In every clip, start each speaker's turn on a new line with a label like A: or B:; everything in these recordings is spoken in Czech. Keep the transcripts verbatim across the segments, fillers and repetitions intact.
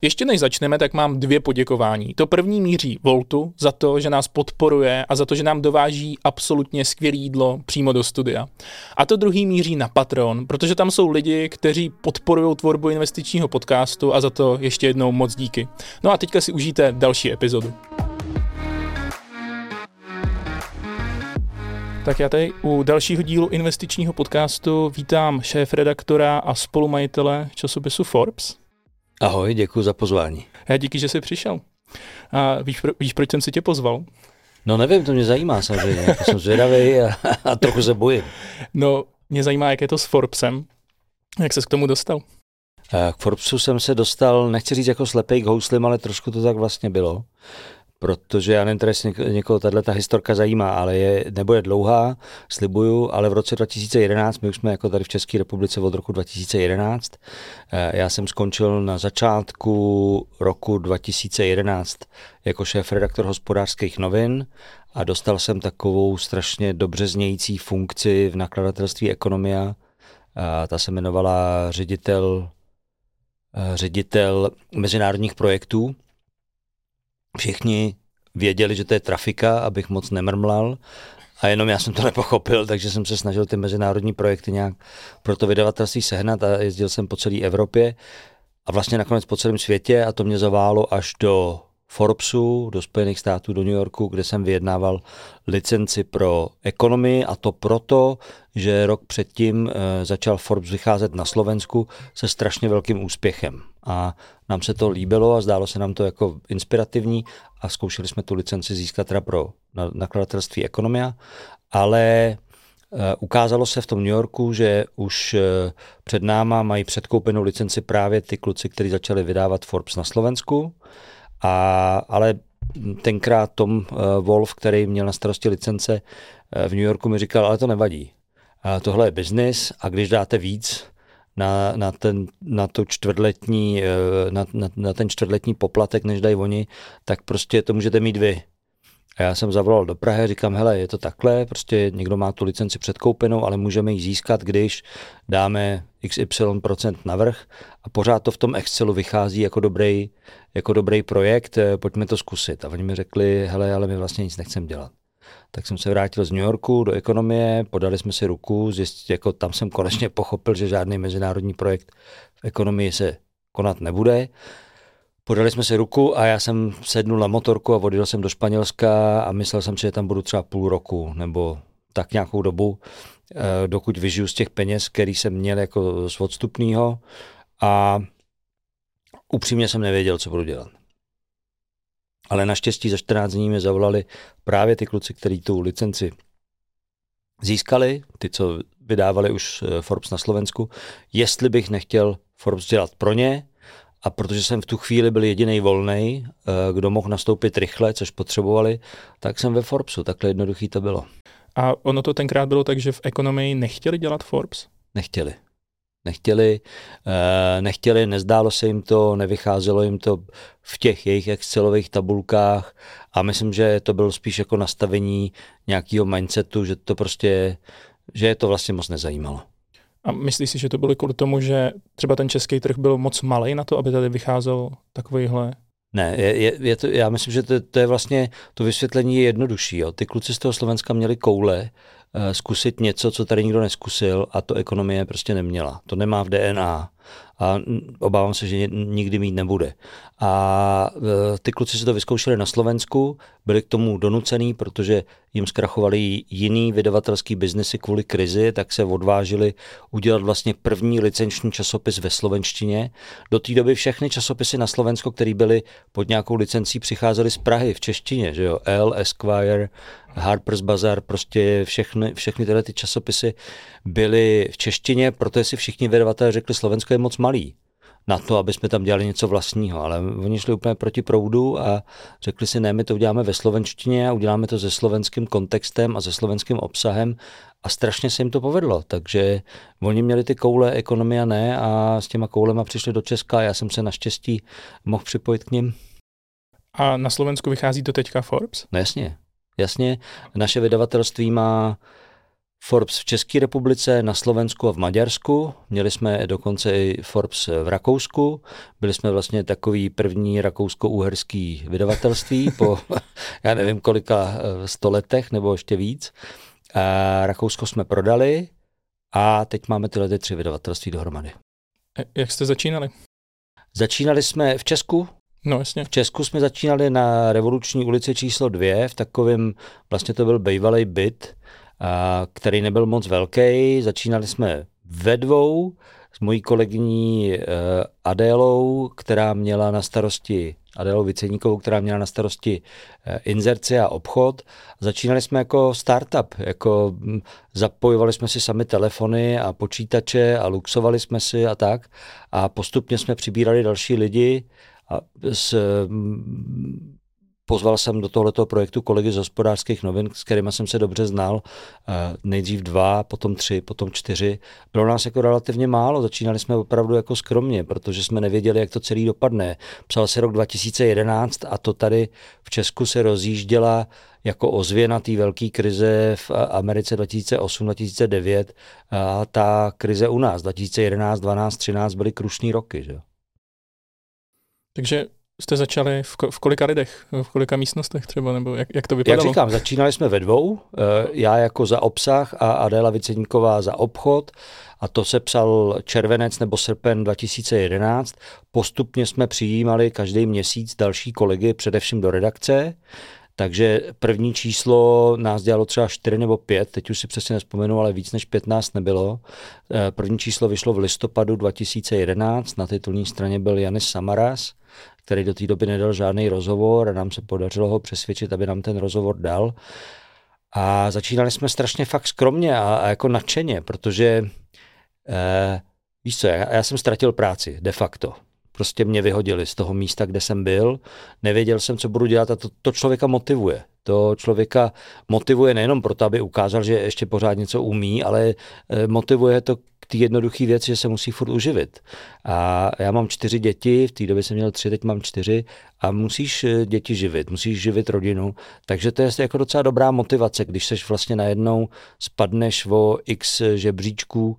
A: Ještě než začneme, tak mám dvě poděkování. To první míří Voltu za to, že nás podporuje a za to, že nám dováží absolutně skvělé jídlo přímo do studia. A to druhý míří na Patreon, protože tam jsou lidi, kteří podporují tvorbu investičního podcastu a za to ještě jednou moc díky. No a teďka si užijte další epizodu. Tak já tady u dalšího dílu investičního podcastu vítám šéfredaktora a spolumajitele časopisu Forbes.
B: Ahoj, děkuji za pozvání.
A: Já díky, že jsi přišel. A víš, víš, proč jsem si tě pozval?
B: No nevím, to mě zajímá samozřejmě. Já jsem zvědavý a, a trochu se bojím.
A: No, mě zajímá, jak je to s Forbesem. Jak ses k tomu dostal?
B: K Forbesu jsem se dostal, nechci říct jako slepej k houslim, ale trošku to tak vlastně bylo. Protože já nevím, tady si někoho tato historka zajímá, ale je, nebo je dlouhá, slibuju, ale v roce dva tisíce jedenáct, my už jsme jako tady v České republice od roku dva tisíce jedenáct, já jsem skončil na začátku roku dva tisíce jedenáct jako šéfredaktor Hospodářských novin a dostal jsem takovou strašně dobře znějící funkci v nakladatelství Ekonomia. A ta se jmenovala ředitel, ředitel mezinárodních projektů. Všichni věděli, že to je trafika, abych moc nemrmlal a jenom já jsem to nepochopil, takže jsem se snažil ty mezinárodní projekty nějak pro to vydavatelství sehnat a jezdil jsem po celé Evropě a vlastně nakonec po celém světě a to mě zaválo až do Forbesu, do Spojených států, do New Yorku, kde jsem vyjednával licenci pro ekonomii a to proto, že rok předtím e, začal Forbes vycházet na Slovensku se strašně velkým úspěchem. A nám se to líbilo a zdálo se nám to jako inspirativní a zkoušeli jsme tu licenci získat teda pro nakladatelství Ekonomia, ale e, ukázalo se v tom New Yorku, že už e, před náma mají předkoupenou licenci právě ty kluci, kteří začali vydávat Forbes na Slovensku. A, ale tenkrát Tom uh, Wolf, který měl na starosti licence uh, v New Yorku, mi říkal, ale to nevadí. Uh, tohle je biznis a když dáte víc na, na, ten, na, tu čtvrtletní, uh, na, na, na ten čtvrtletní poplatek, než dají oni, tak prostě to můžete mít vy. A já jsem zavolal do Prahy a říkám, hele, je to takhle, prostě někdo má tu licenci předkoupenou, ale můžeme ji získat, když dáme iks ypsilon procent navrch a pořád to v tom Excelu vychází jako dobrý, jako dobrý projekt, pojďme to zkusit. A oni mi řekli, hele, ale my vlastně nic nechceme dělat. Tak jsem se vrátil z New Yorku do Ekonomie, podali jsme si ruku, zjistit, jako tam jsem konečně pochopil, že žádný mezinárodní projekt v Ekonomii se konat nebude. Podali jsme si ruku a já jsem sednul na motorku a odjel jsem do Španělska a myslel jsem si, že tam budu třeba půl roku nebo tak nějakou dobu, dokud vyžiju z těch peněz, který jsem měl jako z odstupného a upřímně jsem nevěděl, co budu dělat. Ale naštěstí za čtrnáct dní mě zavolali právě ty kluci, kteří tu licenci získali, ty, co vydávali už Forbes na Slovensku, jestli bych nechtěl Forbes dělat pro ně. A protože jsem v tu chvíli byl jedinej volnej, kdo mohl nastoupit rychle, což potřebovali, tak jsem ve Forbesu. Takhle jednoduchý to bylo.
A: A ono to tenkrát bylo tak, že v Ekonomii nechtěli dělat Forbes?
B: Nechtěli. Nechtěli, nechtěli, nezdálo se jim to, nevycházelo jim to v těch jejich excelových tabulkách a myslím, že to bylo spíš jako nastavení nějakého mindsetu, že to prostě, že je to vlastně moc nezajímalo.
A: A myslíš si, že to bylo kvůli tomu, že třeba ten český trh byl moc malej na to, aby tady vycházel takovýhle?
B: Ne, je, je, je to, já myslím, že to, to je vlastně, to vysvětlení je jednodušší. Jo. Ty kluci z toho Slovenska měli koule uh, zkusit něco, co tady nikdo neskusil a to Ekonomie prostě neměla. To nemá v D N A a obávám se, že nikdy mít nebude. A uh, ty kluci si to vyzkoušeli na Slovensku, byli k tomu donucený, protože jim zkrachovali jiný vydavatelský biznesy kvůli krizi, tak se odvážili udělat vlastně první licenční časopis ve slovenštině. Do té doby všechny časopisy na Slovensko, které byly pod nějakou licencí, přicházely z Prahy v češtině, že jo, Elle, Esquire, Harper's Bazaar, prostě všechny, všechny tyhle ty časopisy byly v češtině, protože si všichni vydavatelé řekli, Slovensko je moc malý na to, aby jsme tam dělali něco vlastního, ale oni šli úplně proti proudu a řekli si, ne, my to uděláme ve slovenštině a uděláme to se slovenským kontextem a se slovenským obsahem a strašně se jim to povedlo, takže oni měli ty koule, Ekonomia ne a s těma koulema přišli do Česka a já jsem se naštěstí mohl připojit k nim.
A: A na Slovensku vychází to teďka Forbes?
B: No jasně, jasně, naše vydavatelství má Forbes v České republice, na Slovensku a v Maďarsku. Měli jsme dokonce i Forbes v Rakousku. Byli jsme vlastně takový první rakousko-uherský vydavatelství po, já nevím kolika sto letech nebo ještě víc. A Rakousko jsme prodali a teď máme tyhle ty tři vydavatelství dohromady.
A: Jak jste začínali?
B: Začínali jsme v Česku.
A: No jasně.
B: V Česku jsme začínali na Revoluční ulici číslo dvě, v takovém, vlastně to byl bývalý byt, a, který nebyl moc velký. Začínali jsme ve dvou s mojí kolegyní uh, Adélou, která měla na starosti, Adélou Viceníkovou, která měla na starosti uh, inzerci a obchod. Začínali jsme jako startup, jako m, zapojovali jsme si sami telefony a počítače a luxovali jsme si a tak. A postupně jsme přibírali další lidi a s, m, pozval jsem do tohoto projektu kolegy z Hospodářských novin, s kterými jsem se dobře znal. Nejdřív dva, potom tři, potom čtyři. Bylo nás jako relativně málo, začínali jsme opravdu jako skromně, protože jsme nevěděli, jak to celý dopadne. Psal se rok dva tisíce jedenáct a to tady v Česku se rozjížděla jako ozvěna té velké krize v Americe dva tisíce osm dva tisíce devět a ta krize u nás dva tisíce jedenáct, dvanáct, třináct byly krušný roky. Že?
A: Takže jste začali v, ko- v kolika lidech, v kolika místnostech třeba, nebo jak, jak to vypadalo?
B: Jak říkám, začínali jsme ve dvou, já jako za obsah a Adéla Viceníková za obchod a to se psal červenec nebo srpen dva tisíce jedenáct. Postupně jsme přijímali každý měsíc další kolegy, především do redakce, takže první číslo nás dělalo třeba čtyři nebo pět, teď už si přesně nespomenu, ale víc než pětnáct nebylo. První číslo vyšlo v listopadu dva tisíce jedenáct, na titulní straně byl Janis Samaras, který do té doby nedal žádný rozhovor a nám se podařilo ho přesvědčit, aby nám ten rozhovor dal. A začínali jsme strašně fakt skromně a, a jako nadšeně, protože eh, víš co, já, já jsem ztratil práci de facto. Prostě mě vyhodili z toho místa, kde jsem byl, nevěděl jsem, co budu dělat a to, to člověka motivuje. To člověka motivuje nejenom proto, aby ukázal, že ještě pořád něco umí, ale motivuje to k té jednoduché věci, že se musí furt uživit. A já mám čtyři děti, v té době jsem měl tři, teď mám čtyři a musíš děti živit, musíš živit rodinu, takže to je jako docela dobrá motivace, když seš vlastně najednou spadneš o x žebříčků,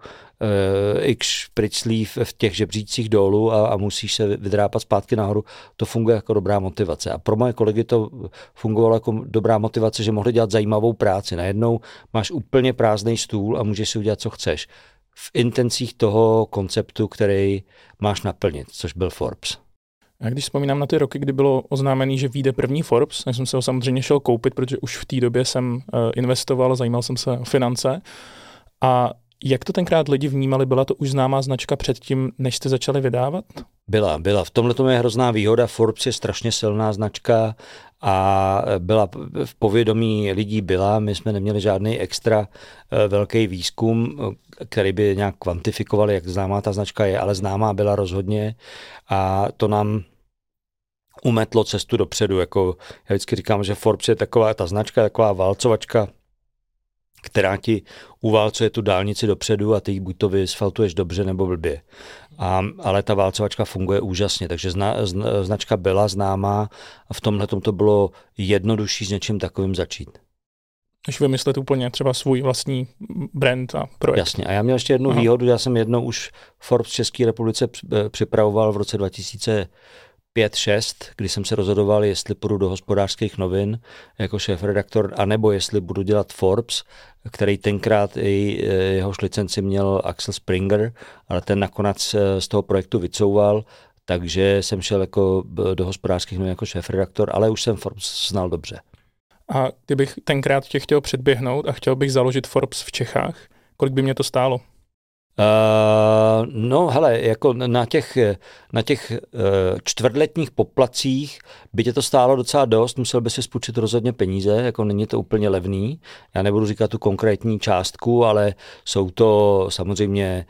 B: x špriclí v těch žebříčcích dolů a, a musíš se vydrápat zpátky nahoru, to funguje jako dobrá motivace. A pro moje kolegy to fungovalo jako dobrá motivace, že mohli dělat zajímavou práci. Najednou máš úplně prázdný stůl a můžeš si udělat, co chceš. V intencích toho konceptu, který máš naplnit, což byl Forbes.
A: A když vzpomínám na ty roky, kdy bylo oznámený, že vyjde první Forbes, tak jsem se ho samozřejmě šel koupit, protože už v té době jsem investoval, zajímal jsem se o finance. A jak to tenkrát lidi vnímali? Byla to už známá značka předtím, než jste začali vydávat?
B: Byla, byla. V tomhle tomu je hrozná výhoda. Forbes je strašně silná značka a byla v povědomí lidí byla. My jsme neměli žádný extra velký výzkum, který by nějak kvantifikoval, jak známá ta značka je, ale známá byla rozhodně a to nám umetlo cestu dopředu. Jako já vždycky říkám, že Forbes je taková ta značka, taková válcovačka, která ti uválcuje tu dálnici dopředu a ty buď to vyasfaltuješ dobře nebo blbě. A, ale ta válcovačka funguje úžasně, takže zna, zna, značka byla známá a v tomhle to bylo jednodušší s něčím takovým začít.
A: Než vymyslet úplně třeba svůj vlastní brand a projekt.
B: Jasně. A já měl ještě jednu Aha. výhodu, já jsem jednou už Forbes v České republice připravoval v roce dva tisíce pět šest, kdy jsem se rozhodoval, jestli půjdu do Hospodářských novin jako šéfredaktor, anebo jestli budu dělat Forbes, který tenkrát i jehož licenci měl Axel Springer, ale ten nakonec z toho projektu vycouval, takže jsem šel jako do Hospodářských novin jako šéfredaktor, ale už jsem Forbes znal dobře.
A: A kdybych tenkrát tě chtěl předběhnout a chtěl bych založit Forbes v Čechách, kolik by mě to stálo?
B: Uh, no hele, jako na těch, na těch uh, čtvrtletních poplatcích by tě to stálo docela dost, musel by si spůjčit rozhodně peníze, jako není to úplně levný, já nebudu říkat tu konkrétní částku, ale jsou to samozřejmě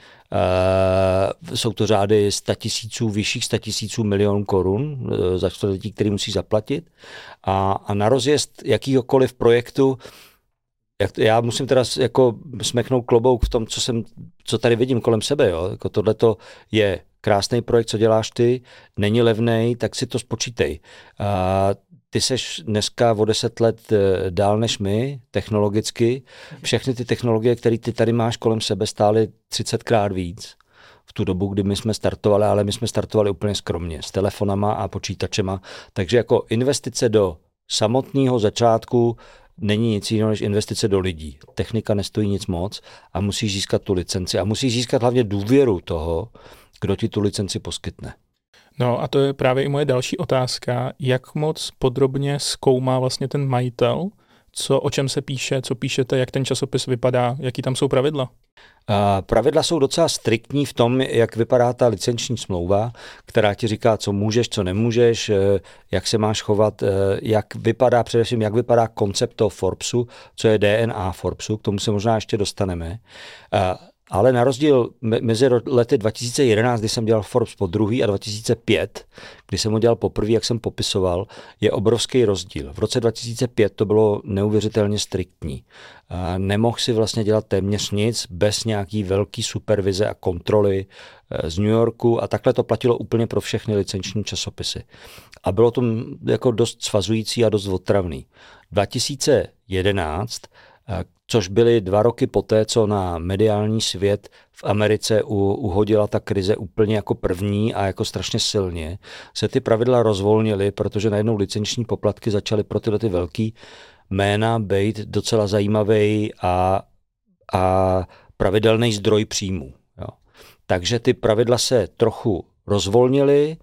B: uh, jsou to řády statisíců, vyšších statisíců milionů korun uh, za čtvrtletí, který musí zaplatit a, a na rozjezd jakýhokoliv projektu. Jak, já musím teda jako smeknout klobouk v tom, co, jsem, co tady vidím kolem sebe. Jo? Jako tohleto je krásný projekt, co děláš ty, není levnej, tak si to spočítej. A ty seš dneska o deset let dál než my, technologicky. Všechny ty technologie, které ty tady máš kolem sebe, stály třicetkrát víc v tu dobu, kdy my jsme startovali, ale my jsme startovali úplně skromně, s telefonama a počítačema. Takže jako investice do samotného začátku není nic jiného než investice do lidí. Technika nestojí nic moc a musíš získat tu licenci a musíš získat hlavně důvěru toho, kdo ti tu licenci poskytne.
A: No a to je právě i moje další otázka, jak moc podrobně zkoumá vlastně ten majitel, co, o čem se píše, co píšete, jak ten časopis vypadá, jaký tam jsou pravidla?
B: A pravidla jsou docela striktní v tom, jak vypadá ta licenční smlouva, která ti říká, co můžeš, co nemůžeš, jak se máš chovat, jak vypadá především, jak vypadá koncept toho Forbesu, co je D N A Forbesu, k tomu se možná ještě dostaneme. Ale na rozdíl mezi lety dva tisíce jedenáct, kdy jsem dělal Forbes po druhý, a dva tisíce pět, kdy jsem ho dělal poprvé, jak jsem popisoval, je obrovský rozdíl. V roce dva tisíce pět to bylo neuvěřitelně striktní. Nemohl si vlastně dělat téměř nic bez nějaký velký supervize a kontroly z New Yorku a takhle to platilo úplně pro všechny licenční časopisy. A bylo to jako dost svazující a dost otravný. dva tisíce jedenáct, což byly dva roky poté, co na mediální svět v Americe uhodila ta krize úplně jako první a jako strašně silně, se ty pravidla rozvolnily, protože najednou licenční poplatky začaly pro tyhle ty velký jména být docela zajímavý a, a pravidelný zdroj příjmů. Jo. Takže ty pravidla se trochu rozvolnily,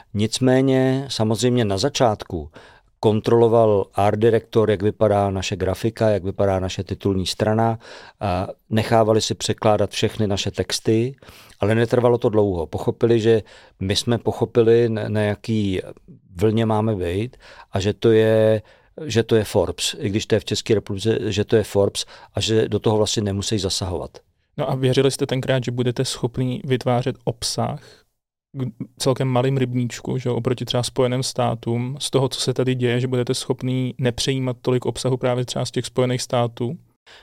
B: nicméně samozřejmě na začátku kontroloval art direktor, jak vypadá naše grafika, jak vypadá naše titulní strana. A nechávali si překládat všechny naše texty, ale netrvalo to dlouho. Pochopili, že my jsme pochopili, na jaký vlně máme být a že to je že to je Forbes, i když to je v České republice, že to je Forbes a že do toho vlastně nemusí zasahovat.
A: No a věřili jste tenkrát, že budete schopni vytvářet obsah celkem malým rybníčku, že oproti třeba Spojeným státům, z toho, co se tady děje, že budete schopný nepřejímat tolik obsahu právě třeba z těch Spojených států?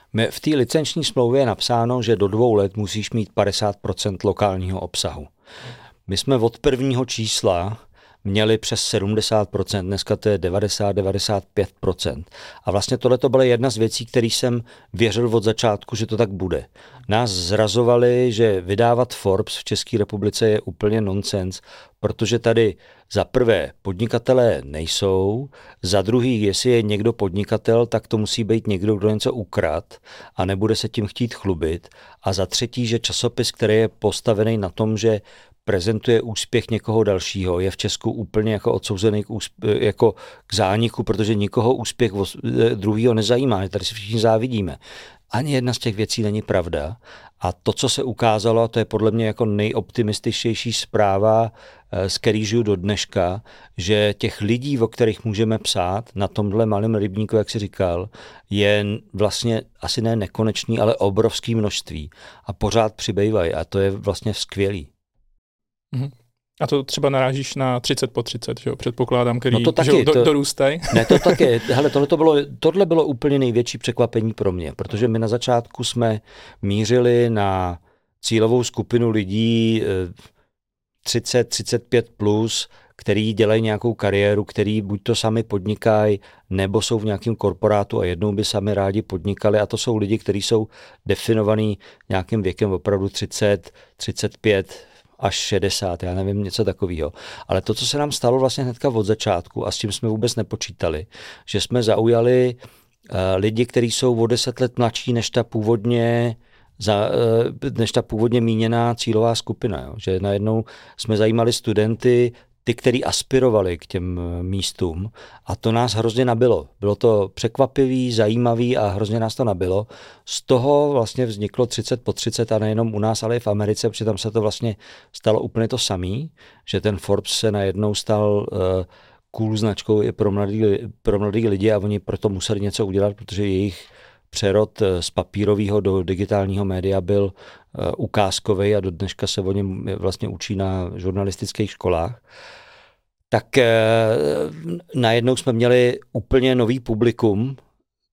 B: V té licenční smlouvě je napsáno, že do dvou let musíš mít padesát procent lokálního obsahu. My jsme od prvního čísla měli přes sedmdesát procent, dneska to je devadesát až devadesát pět procent. A vlastně tohle to byla jedna z věcí, které jsem věřil od začátku, že to tak bude. Nás zrazovali, že vydávat Forbes v České republice je úplně nonsens, protože tady za prvé podnikatelé nejsou, za druhý, jestli je někdo podnikatel, tak to musí být někdo, kdo něco ukrad a nebude se tím chtít chlubit. A za třetí, že časopis, který je postavený na tom, že prezentuje úspěch někoho dalšího, je v Česku úplně jako odsouzený k, úspě- jako k zániku, protože nikoho úspěch druhýho nezajímá, tady si všichni závidíme. Ani jedna z těch věcí není pravda. A to, co se ukázalo, to je podle mě jako nejoptimističtější zpráva, z který žiju do dneška, že těch lidí, o kterých můžeme psát na tomhle malém rybníku, jak jsi říkal, je vlastně asi ne nekonečný, ale obrovský množství. A pořád přibývají a to je vlastně skvělý.
A: Mm-hmm. A to třeba narážíš na třicet po třicet, že jo? Předpokládám, který
B: no to taky,
A: že jo, do,
B: to,
A: dorůstají.
B: Ne, to taky. Hele, tohle, to bylo, tohle bylo úplně největší překvapení pro mě, protože my na začátku jsme mířili na cílovou skupinu lidí třicet třicet pět plus, který dělají nějakou kariéru, který buď to sami podnikají, nebo jsou v nějakém korporátu a jednou by sami rádi podnikali. A to jsou lidi, kteří jsou definovaní nějakým věkem opravdu třicet, třicet pět až šedesát, já nevím, něco takového. Ale to, co se nám stalo vlastně hnedka od začátku a s tím jsme vůbec nepočítali, že jsme zaujali uh, lidi, kteří jsou o deset let mladší než ta původně za, uh, než ta původně míněná cílová skupina. Jo? Že najednou jsme zajímali studenty, ty, kteří aspirovali k těm místům a to nás hrozně nabilo. Bylo to překvapivý, zajímavý a hrozně nás to nabilo. Z toho vlastně vzniklo třicet po třicet a nejenom u nás, ale i v Americe, protože tam se to vlastně stalo úplně to samý, že ten Forbes se najednou stal uh, cool značkou i pro mladý, pro mladý lidi a oni proto museli něco udělat, protože jejich přerod z papírového do digitálního média byl uh, ukázkový a do dneška se o něm vlastně učí na žurnalistických školách. Tak uh, najednou jsme měli úplně nový publikum,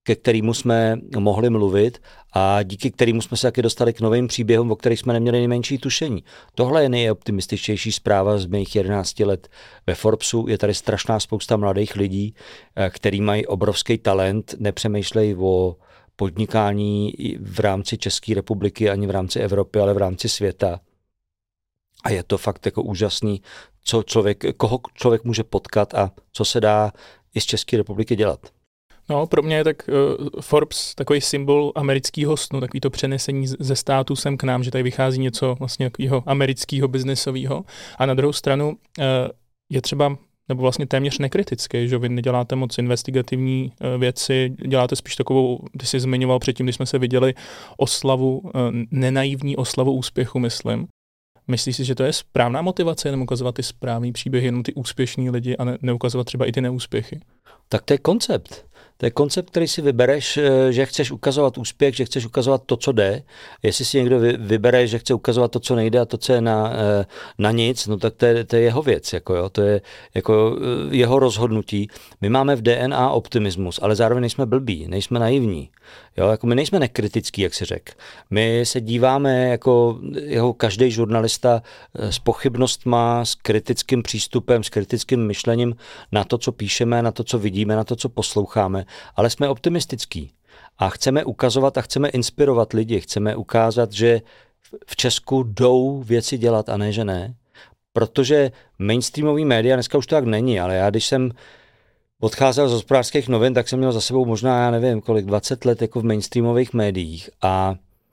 B: ke kterému jsme mohli mluvit a díky kterému jsme se taky dostali k novým příběhům, o kterých jsme neměli nejmenší tušení. Tohle je nejoptimističtější zpráva z mých jedenácti let ve Forbesu. Je tady strašná spousta mladých lidí, kteří mají obrovský talent, nepřemýšlejí o podnikání v rámci České republiky ani v rámci Evropy, ale v rámci světa. A je to fakt jako úžasný, co člověk, koho člověk může potkat a co se dá i z České republiky dělat.
A: No, pro mě je tak uh, Forbes takový symbol amerického snu, takový to přenesení ze státu sem k nám, že tady vychází něco vlastně takového amerického biznesového. A na druhou stranu uh, je třeba, nebo vlastně téměř nekritický, že vy neděláte moc investigativní uh, věci, děláte spíš takovou, ty jsi zmiňoval předtím, když jsme se viděli, oslavu, uh, nenaivní oslavu úspěchu, myslím. Myslíš si, že to je správná motivace, jenom ukazovat ty správný příběhy, jenom ty úspěšní lidi a ne, neukazovat třeba i ty neúspěchy?
B: Tak to je koncept. To je koncept, který si vybereš, že chceš ukazovat úspěch, že chceš ukazovat to, co jde. Jestli si někdo vybere, že chce ukazovat to, co nejde a to, co je na, na nic, no tak to je, to je jeho věc, jako jo, to je jako jeho rozhodnutí. My máme v D N A optimismus, ale zároveň nejsme blbí, nejsme naivní. Jo, jako my nejsme nekritický, jak si řekl. My se díváme jako jeho každý žurnalista s pochybnostma, s kritickým přístupem, s kritickým myšlením na to, co píšeme, na to, co vidíme, na to, co posloucháme, ale jsme optimistický a chceme ukazovat a chceme inspirovat lidi, chceme ukázat, že v Česku jdou věci dělat a ne, že ne, protože mainstreamový média, dneska už to tak není, ale já když jsem odcházel z Hospodářských novin, tak jsem měl za sebou možná, já nevím, kolik, dvacet let jako v mainstreamových médiích a, a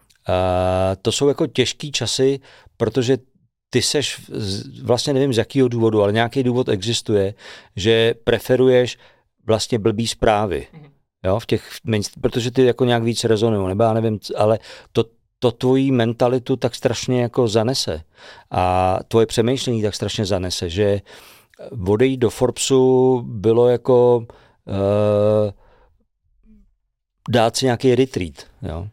B: to jsou jako těžký časy, protože ty seš, vlastně nevím z jakého důvodu, ale nějaký důvod existuje, že preferuješ vlastně blbý zprávy, jo, v těch, protože ty jako nějak víc rezonují, nebo já nevím, ale to, to tvojí mentalitu tak strašně jako zanese a tvoje přemýšlení tak strašně zanese, že odejít do Forbesu bylo jako uh, dát si nějaký retreat, jo.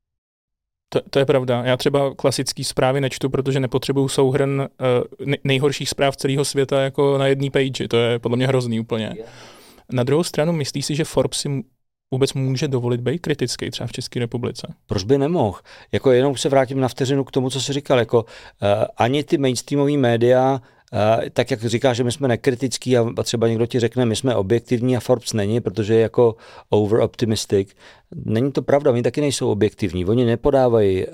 A: To, to je pravda. Já třeba klasický zprávy nečtu, protože nepotřebuju souhrn uh, nejhorších zpráv celého světa jako na jedné page. To je podle mě hrozný úplně. Yeah. Na druhou stranu, myslíš si, že Forbes si vůbec může dovolit být kritický třeba v České republice?
B: Proč by nemohl? Jako jenom se vrátím na vteřinu k tomu, co jsi říkal. Jako, uh, ani ty mainstreamové média, uh, tak jak říkáš, že my jsme nekritický a třeba někdo ti řekne, my jsme objektivní a Forbes není, protože je jako over optimistic. Není to pravda, oni taky nejsou objektivní. Oni nepodávají uh,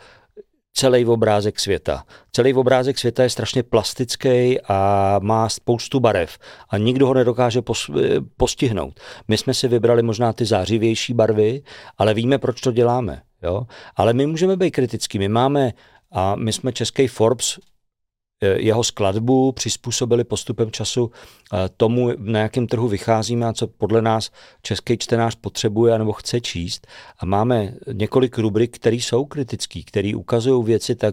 B: celý obrázek světa. Celý obrázek světa je strašně plastický a má spoustu barev a nikdo ho nedokáže postihnout. My jsme si vybrali možná ty zářivější barvy, ale víme, proč to děláme. Jo? Ale my můžeme být kritický. My máme, a my jsme český Forbes, jeho skladbu přizpůsobili postupem času tomu, na jakém trhu vycházíme a co podle nás český čtenář potřebuje nebo chce číst. A máme několik rubrik, které jsou kritický, které ukazují věci tak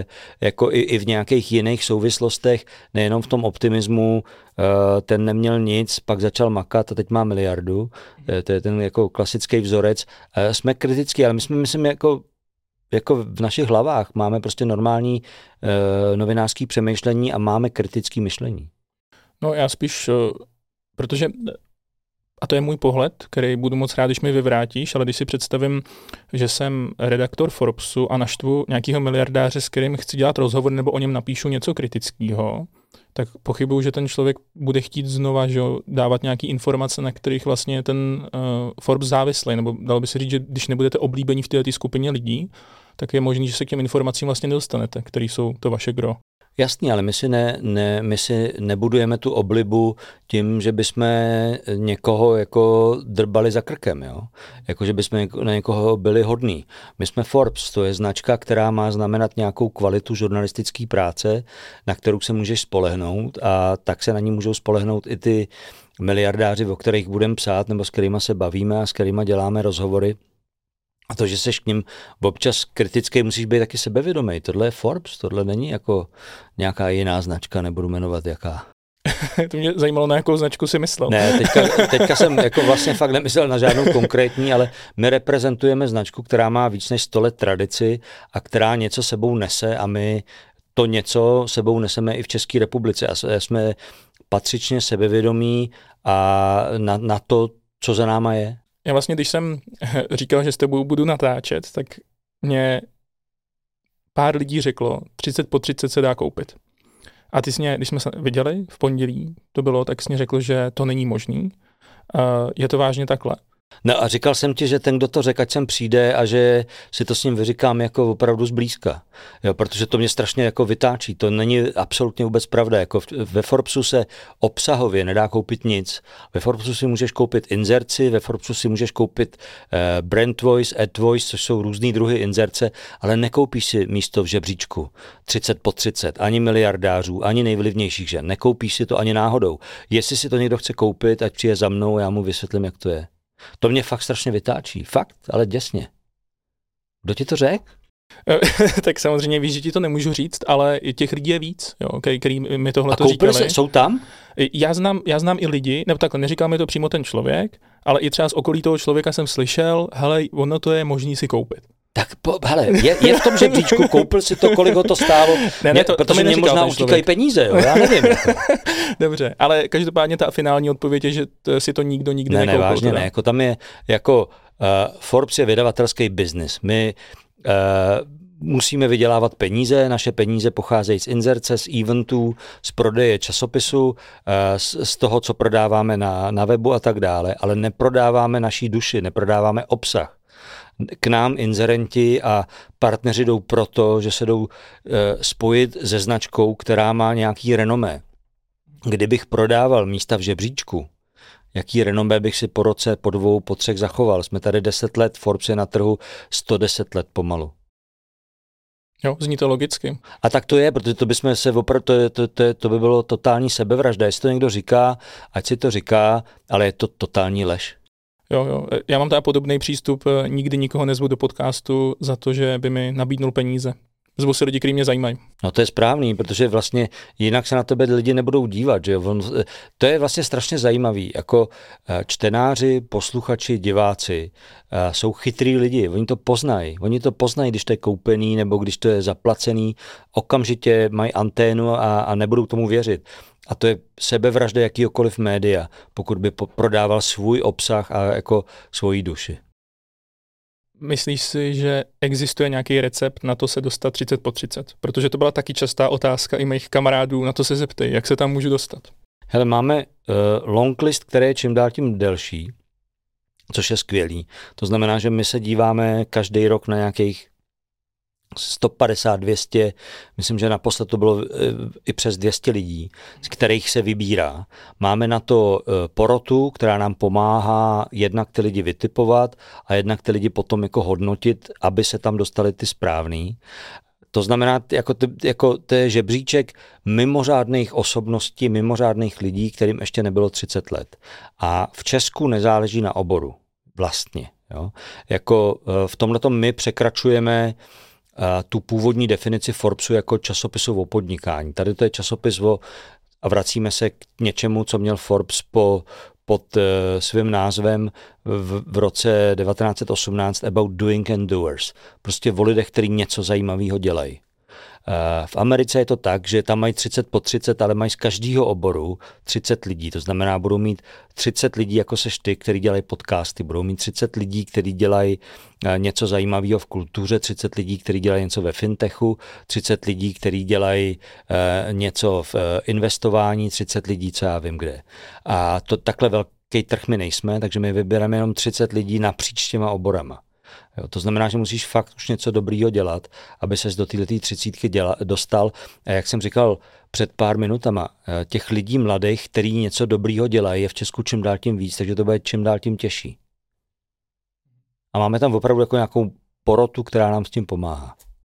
B: jako i, i v nějakých jiných souvislostech, nejenom v tom optimismu, ten neměl nic, pak začal makat a teď má miliardu. To je ten jako klasický vzorec. Jsme kritický, ale my jsme, myslím, jako jako v našich hlavách máme prostě normální uh, novinářský přemýšlení a máme kritické myšlení.
A: No já spíš, uh, protože, a to je můj pohled, který budu moc rád, když mi vyvrátíš, ale když si představím, že jsem redaktor Forbesu a naštvu nějakého miliardáře, s kterým chci dělat rozhovor nebo o něm napíšu něco kritického, tak pochybuju, že ten člověk bude chtít znova, že dávat nějaké informace, na kterých vlastně je ten uh, Forbes závislý, nebo dalo by se říct, že když nebudete oblíbení v této skupině lidí, tak je možné, že se k těm informacím vlastně nedostanete, které jsou to vaše gro.
B: Jasný, ale my si, ne, ne, my si nebudujeme tu oblibu tím, že bychom někoho jako drbali za krkem, jo? Jako, že bychom na někoho byli hodní. My jsme Forbes, to je značka, která má znamenat nějakou kvalitu žurnalistické práce, na kterou se můžeš spolehnout a tak se na ní můžou spolehnout i ty miliardáři, o kterých budeme psát nebo s kterýma se bavíme a s kterýma děláme rozhovory. A to, že seš k ním občas kritický, musíš být taky sebevědomý. Tohle je Forbes, tohle není jako nějaká jiná značka, nebudu jmenovat jaká.
A: To mě zajímalo, na jakou značku si myslel.
B: Ne, teďka, teďka jsem jako vlastně fakt nemyslel na žádnou konkrétní, ale my reprezentujeme značku, která má víc než sto let tradici a která něco sebou nese a my to něco sebou neseme i v České republice a jsme patřičně sebevědomí a na, na to, co za náma je.
A: Já vlastně, když jsem říkal, že s tebou budu natáčet, tak mě pár lidí řeklo, třicet po třicet se dá koupit. A ty jsi mě, když jsme se viděli v pondělí, to bylo, tak jsi mě řekl, že to není možný. Uh, je to vážně takhle?
B: No a říkal jsem ti, že ten, kdo to řekl, ať sem přijde a že si to s ním vyříkám jako opravdu zblízka. Jo, protože to mě strašně jako vytáčí. To není absolutně vůbec pravda. Jako ve Forbesu se obsahově nedá koupit nic. Ve Forbesu si můžeš koupit inzerci, ve Forbesu si můžeš koupit uh, brand voice, ad voice, což jsou různý druhy inzerce, ale nekoupíš si místo v žebříčku třicet po třicet, ani miliardářů, ani nejvlivnějších žen. Nekoupíš si to ani náhodou. Jestli si to někdo chce koupit, ať přijde za mnou, já mu vysvětlím, jak to je. To mě fakt strašně vytáčí. Fakt, ale děsně. Kdo ti to řekl?
A: Tak samozřejmě víš, že ti to nemůžu říct, ale těch lidí je víc, jo, který, který mi tohle to
B: říkali. A
A: říkali.
B: Se, jsou tam?
A: Já znám, já znám i lidi, nebo takhle, neříkal mi to přímo ten člověk, ale i třeba z okolí toho člověka jsem slyšel, hele, ono to je možný si koupit.
B: Tak po, hele, je, je v tom žebříčku, koupil si to, kolik ho to stálo,
A: ne, ne, to,
B: protože
A: to mi
B: mě možná utíkají peníze, jo, já nevím.
A: Dobře, ale každopádně ta finální odpověď je, že t, si to nikdo nikdy
B: ne,
A: nekoupil.
B: Ne, vážně
A: teda.
B: ne, jako tam je, jako uh, Forbes je vydavatelský biznis. My uh, musíme vydělávat peníze, naše peníze pocházejí z inzerce, z eventů, z prodeje časopisu, uh, z, z toho, co prodáváme na, na webu a tak dále, ale neprodáváme naší duši, neprodáváme obsah. K nám inzerenti a partneři jdou proto, že se jdou e, spojit se značkou, která má nějaký renomé. Kdybych prodával místa v žebříčku, jaký renomé bych si po roce, po dvou, po třech zachoval? Jsme tady deset let, Forbes je na trhu sto deset let pomalu.
A: Jo, zní to logicky.
B: A tak to je, protože to bychom se opravdu, to, to, to, to by bylo totální sebevražda. Jestli to někdo říká, ať si to říká, ale je to totální lež.
A: Jo, jo. Já mám teda podobný přístup, nikdy nikoho nezvu do podcastu za to, že by mi nabídnul peníze. Zvu si lidi, kteří mě zajímají.
B: No to je správný, protože vlastně jinak se na tebe lidi nebudou dívat, že jo. To je vlastně strašně zajímavý, jako čtenáři, posluchači, diváci jsou chytrý lidi, oni to poznají, oni to poznají, když to je koupený nebo když to je zaplacený, okamžitě mají anténu a, a nebudou tomu věřit. A to je sebevražda jakýhokoliv média, pokud by prodával svůj obsah a jako svoji duši.
A: Myslíš si, že existuje nějaký recept na to se dostat třicet po třicet? Protože to byla taky častá otázka i mých kamarádů, na to se zeptej, jak se tam můžu dostat?
B: Hele, máme uh, long list, který je čím dál tím delší, což je skvělý. To znamená, že my se díváme každý rok na nějakých sto padesát, dvě stě, myslím, že naposled to bylo i přes dvě stě lidí, z kterých se vybírá. Máme na to porotu, která nám pomáhá jednak ty lidi vytipovat a jednak ty lidi potom jako hodnotit, aby se tam dostali ty správný. To znamená, jako, ty, jako to je žebříček mimořádných osobností, mimořádných lidí, kterým ještě nebylo třicet let. A v Česku nezáleží na oboru. Vlastně. Jo? Jako v tomhletom my překračujeme tu původní definici Forbesu jako časopisu o podnikání. Tady to je časopis o, a vracíme se k něčemu, co měl Forbes po, pod uh, svým názvem v, v roce devatenáct set osmnáct About Doing and Doers. Prostě o lidech, kteří něco zajímavého dělají. V Americe je to tak, že tam mají třicet po třicet, ale mají z každého oboru třicet lidí. To znamená, budou mít třicet lidí, jako seš ty, kteří dělají podcasty. Budou mít třicet lidí, kteří dělají něco zajímavého v kultuře, třicet lidí, kteří dělají něco ve fintechu, třicet lidí, kteří dělají něco v investování, třicet lidí, co já vím kde. A to takhle velký trh my nejsme, takže my vybereme jenom třicet lidí napříč těma oborama. Jo, to znamená, že musíš fakt už něco dobrýho dělat, aby ses do této třicítky děla, dostal. A jak jsem říkal před pár minutama, těch lidí mladých, kteří něco dobrýho dělají, je v Česku čím dál tím víc, takže to bude čím dál tím těžší. A máme tam opravdu jako nějakou porotu, která nám s tím pomáhá.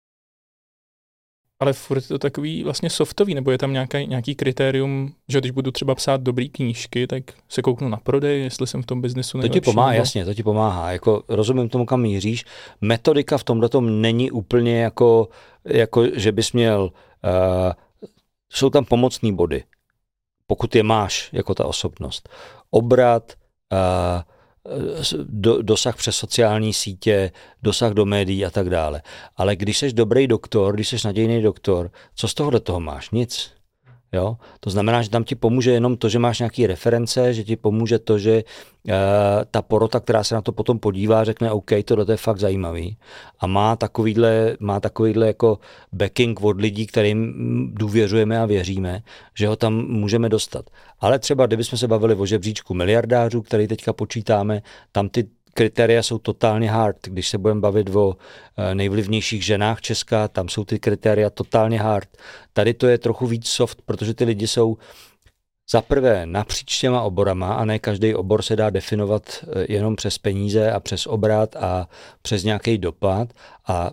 A: Ale furt je to takový vlastně softový, nebo je tam nějaký, nějaký kritérium, že když budu třeba psát dobrý knížky, tak se kouknu na prodej, jestli jsem v tom biznesu nejlepší.
B: To ti pomáhá,
A: nebo...
B: jasně, to ti pomáhá. Jako, rozumím tomu, kam míříš. Metodika v tomhletom není úplně jako, jako že bys měl, uh, jsou tam pomocný body, pokud je máš jako ta osobnost. Obrat, uh, Do, dosah přes sociální sítě, dosah do médií a tak dále. Ale když jsi dobrý doktor, když jsi nadějný doktor, co z tohohle toho máš? Nic. Jo? To znamená, že tam ti pomůže jenom to, že máš nějaké reference, že ti pomůže to, že uh, ta porota, která se na to potom podívá, řekne OK, tohle je fakt zajímavý a má takovýhle, má takovýhle jako backing od lidí, kterým důvěřujeme a věříme, že ho tam můžeme dostat. Ale třeba, kdybychom se bavili o žebříčku miliardářů, který teďka počítáme, tam ty kritéria jsou totálně hard. Když se budeme bavit o nejvlivnějších ženách Česka, tam jsou ty kritéria totálně hard. Tady to je trochu víc soft, protože ty lidi jsou za prvé napříč těma oborama a ne každý obor se dá definovat jenom přes peníze a přes obrat a přes nějaký dopad. A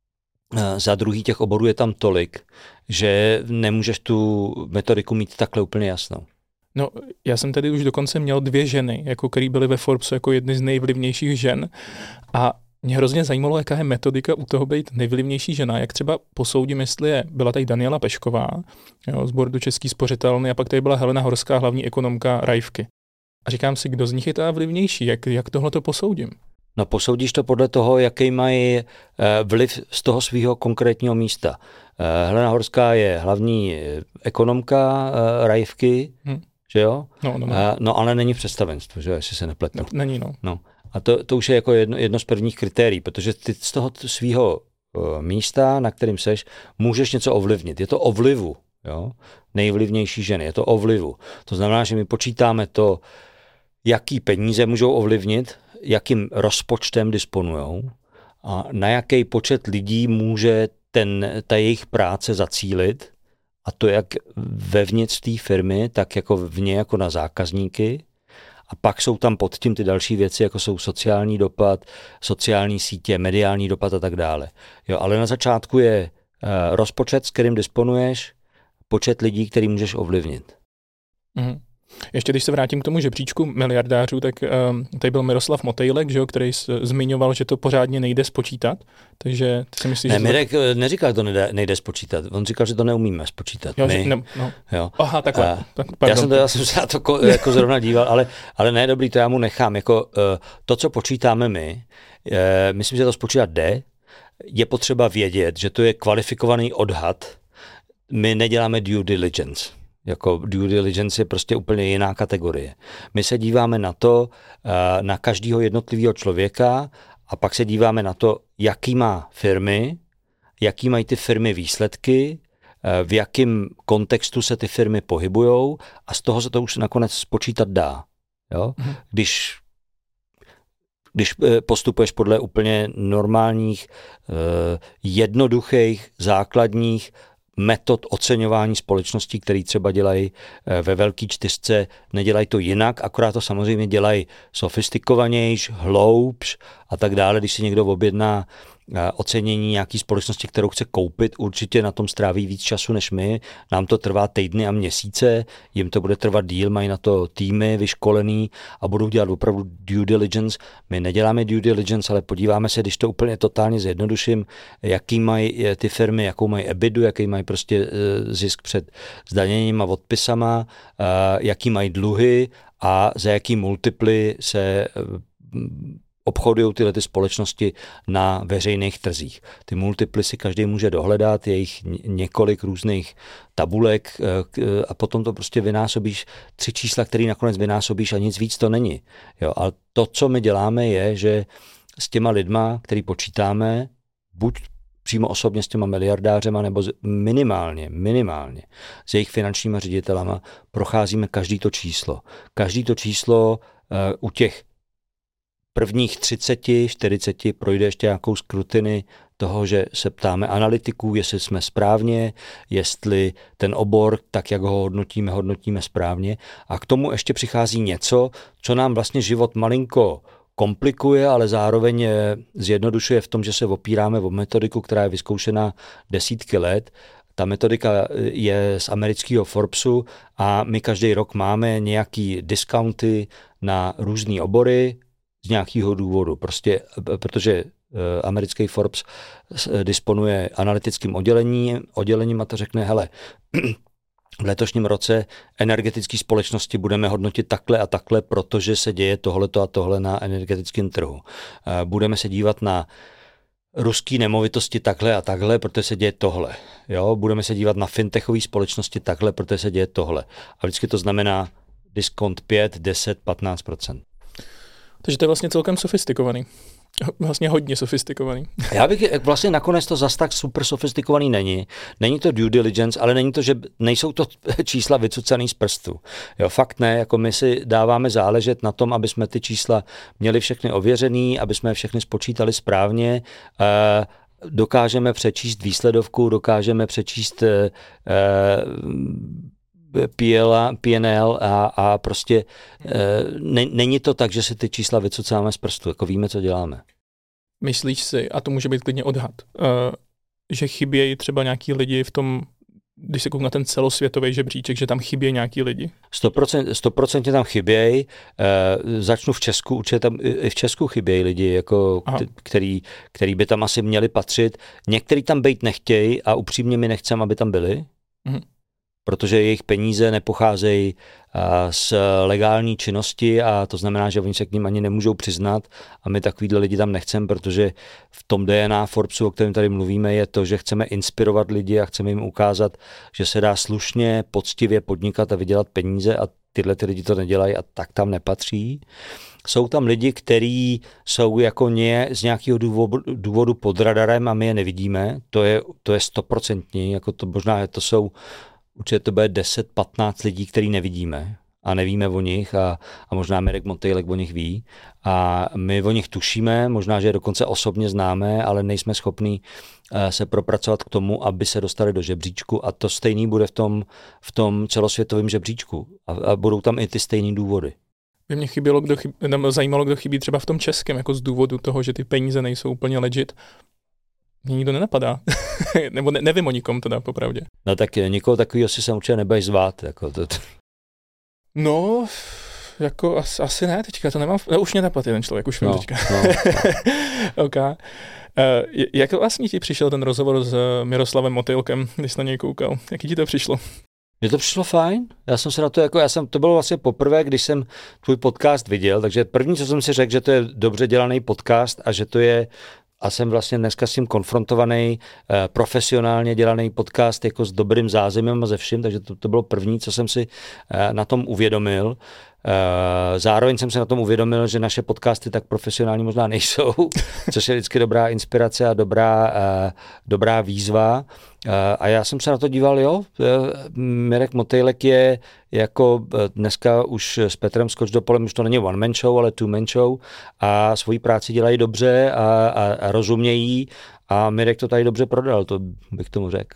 B: za druhý těch oborů je tam tolik, že nemůžeš tu metodiku mít takhle úplně jasnou.
A: No, já jsem tady už dokonce měl dvě ženy, jako který byly ve Forbesu jako jedny z nejvlivnějších žen a mě hrozně zajímalo, jaká je metodika u toho být nejvlivnější žena, jak třeba posoudím, jestli je, byla tady Daniela Pešková, jo, z Boardu Český spořitelny a pak tady byla Helena Horská, hlavní ekonomka Rajvky. A říkám si, kdo z nich je ta vlivnější, jak, jak tohle to posoudím?
B: No posoudíš to podle toho, jaký mají vliv z toho svého konkrétního místa. Helena Horská je hlavní ekonomka Rajvky, hmm. že jo?
A: No, no, no.
B: no ale není v představenstvu, že jo, jestli se nepletu.
A: No, není, no.
B: no. A to, to už je jako jedno, jedno z prvních kritérií, protože ty z toho svého uh, místa, na kterým seš, můžeš něco ovlivnit. Je to o vlivu, jo? Nejvlivnější ženy, je to o vlivu. To znamená, že my počítáme to, jaký peníze můžou ovlivnit, jakým rozpočtem disponujou a na jaký počet lidí může ten, ta jejich práce zacílit, a to jak vevnitř té firmy, tak jako vně jako na zákazníky. A pak jsou tam pod tím ty další věci, jako jsou sociální dopad, sociální sítě, mediální dopad a tak dále. Jo, ale na začátku je uh, rozpočet, s kterým disponuješ, počet lidí, který můžeš ovlivnit.
A: Mm. Ještě když se vrátím k tomu žebříčku miliardářů, tak um, tady byl Miroslav Motejlek, že jo, který s, zmiňoval, že to pořádně nejde spočítat. Takže ty si myslíš,
B: ne,
A: že...
B: Mirek to... neříkal, že to nejde, nejde spočítat. On říkal, že to neumíme spočítat.
A: Jo,
B: My.
A: že, ne, no.
B: jo.
A: Aha, takhle. A,
B: tak, já, jsem to, já jsem se na to ko, jako zrovna díval, ale, ale ne, dobrý, to já mu nechám. Jako, uh, to, co počítáme my, uh, myslím, že to spočítat jde. Je potřeba vědět, že to je kvalifikovaný odhad. My neděláme due diligence. Jako due diligence je prostě úplně jiná kategorie. My se díváme na to, na každého jednotlivého člověka a pak se díváme na to, jaký má firmy, jaký mají ty firmy výsledky, v jakém kontextu se ty firmy pohybujou a z toho se to už nakonec spočítat dá. Jo? Když, když postupuješ podle úplně normálních, jednoduchých, základních metod oceňování společností, které třeba dělají ve velké čtyřce, nedělají to jinak, akorát to samozřejmě dělají sofistikovanějš, hloubš a tak dále. Když si někdo objedná ocenění nějaký společnosti, kterou chce koupit, určitě na tom stráví víc času než my. Nám to trvá týdny a měsíce, jim to bude trvat díl, mají na to týmy vyškolený a budou dělat opravdu due diligence. My neděláme due diligence, ale podíváme se, když to úplně totálně zjednoduším, jaký mají ty firmy, jakou mají ebidu, jaký mají prostě zisk před zdaněním a odpisama, jaký mají dluhy a za jaký multiply se obchodují tyhle ty společnosti na veřejných trzích. Ty multiply si každý může dohledat, je jich několik různých tabulek a potom to prostě vynásobíš, tři čísla, který nakonec vynásobíš a nic víc to není. Jo, ale to, co my děláme, je, že s těma lidma, který počítáme, buď přímo osobně s těma miliardářema, nebo minimálně, minimálně s jejich finančníma ředitelama procházíme každý to číslo. Každý to číslo uh, u těch prvních třicet, čtyřicet projde ještě nějakou skrutiny toho, že se ptáme analytiků, jestli jsme správně, jestli ten obor, tak jak ho hodnotíme, hodnotíme správně. A k tomu ještě přichází něco, co nám vlastně život malinko komplikuje, ale zároveň zjednodušuje v tom, že se opíráme o metodiku, která je vyzkoušená desítky let. Ta metodika je z amerického Forbesu a my každý rok máme nějaký discounty na různé obory, z nějakého důvodu, prostě, protože americký Forbes disponuje analytickým oddělením, oddělením a to řekne, hele, v letošním roce energetické společnosti budeme hodnotit takhle a takhle, protože se děje tohleto a tohle na energetickém trhu. Budeme se dívat na ruský nemovitosti takhle a takhle, protože se děje tohle. Jo? Budeme se dívat na fintechové společnosti takhle, protože se děje tohle. A vždycky to znamená diskont pět, deset, patnáct procent.
A: Takže to je vlastně celkem sofistikovaný. Vlastně hodně sofistikovaný.
B: Já bych vlastně nakonec to zas tak super sofistikovaný není. Není to due diligence, ale není to, že nejsou to čísla vycucaný z prstu. Jo, fakt ne, jako my si dáváme záležet na tom, aby jsme ty čísla měli všechny ověřený, aby jsme je všechny spočítali správně. E, dokážeme přečíst výsledovku, dokážeme přečíst e, P N L a, a prostě e, ne, není to tak, že si ty čísla vycucáme z prstu, jako víme, co děláme.
A: Myslíš si, a to může být klidně odhad, uh, že chybějí třeba nějaký lidi v tom, když se kouknu na ten celosvětový žebříček, že tam chybějí nějaký lidi?
B: sto procent tam chybějí. Uh, začnu v Česku, určitě tam i v Česku chybějí lidi, jako, který, který by tam asi měli patřit. Některý tam být nechtějí a upřímně my nechceme, aby tam byli. Mhm. Protože jejich peníze nepocházejí z legální činnosti a to znamená, že oni se k ním ani nemůžou přiznat a my takovýhle lidi tam nechceme, protože v tom D N A Forbesu, o kterém tady mluvíme, je to, že chceme inspirovat lidi a chceme jim ukázat, že se dá slušně, poctivě podnikat a vydělat peníze a tyhle ty lidi to nedělají a tak tam nepatří. Jsou tam lidi, kteří jsou jako ně, z nějakého důvodu, důvodu pod radarem a my je nevidíme, to je, to je stoprocentní, jako to možná to jsou určitě to bude deset patnáct lidí, který nevidíme a nevíme o nich a, a možná Mirek Motejlek o nich ví a my o nich tušíme, možná, že je dokonce osobně známe, ale nejsme schopní uh, se propracovat k tomu, aby se dostali do žebříčku a to stejný bude v tom, v tom celosvětovém žebříčku a, a budou tam i ty stejný důvody.
A: By mě chybělo, kdo chybí, zajímalo, kdo chybí třeba v tom českém, jako z důvodu toho, že ty peníze nejsou úplně legit. Mě nikdo nenapadá. Nebo ne, nevím o nikom teda, popravdě.
B: No tak nikoho takového si se určitě nebudeš zvát. Jako to.
A: No, jako as, asi ne teďka, to nemám, no, už mě napadl jeden člověk, už vím no, teďka. No, no. OK. Uh, jak vlastně ti přišel ten rozhovor s Miroslavem Motejlkem, když jsi na něj koukal? Jaký ti to přišlo?
B: Mně to přišlo fajn. Já jsem se na to jako, já jsem, to bylo vlastně poprvé, když jsem tvůj podcast viděl, takže první, co jsem si řekl, že to je dobře dělaný podcast a že to je a jsem vlastně dneska s tím konfrontovaný, eh, profesionálně dělaný podcast jako s dobrým zázemím a ze vším, takže to, to bylo první, co jsem si eh, na tom uvědomil. Eh, zároveň jsem se na tom uvědomil, že naše podcasty tak profesionální možná nejsou, což je vždycky dobrá inspirace a dobrá, eh, dobrá výzva. Eh, a já jsem se na to díval, jo, eh, Mirek Motejlek je jako dneska už s Petrem Skočdopolem, už to není one man show, ale two man show a svoji práci dělají dobře a, a, a rozumějí a Mirek to tady dobře prodal, to bych tomu řekl.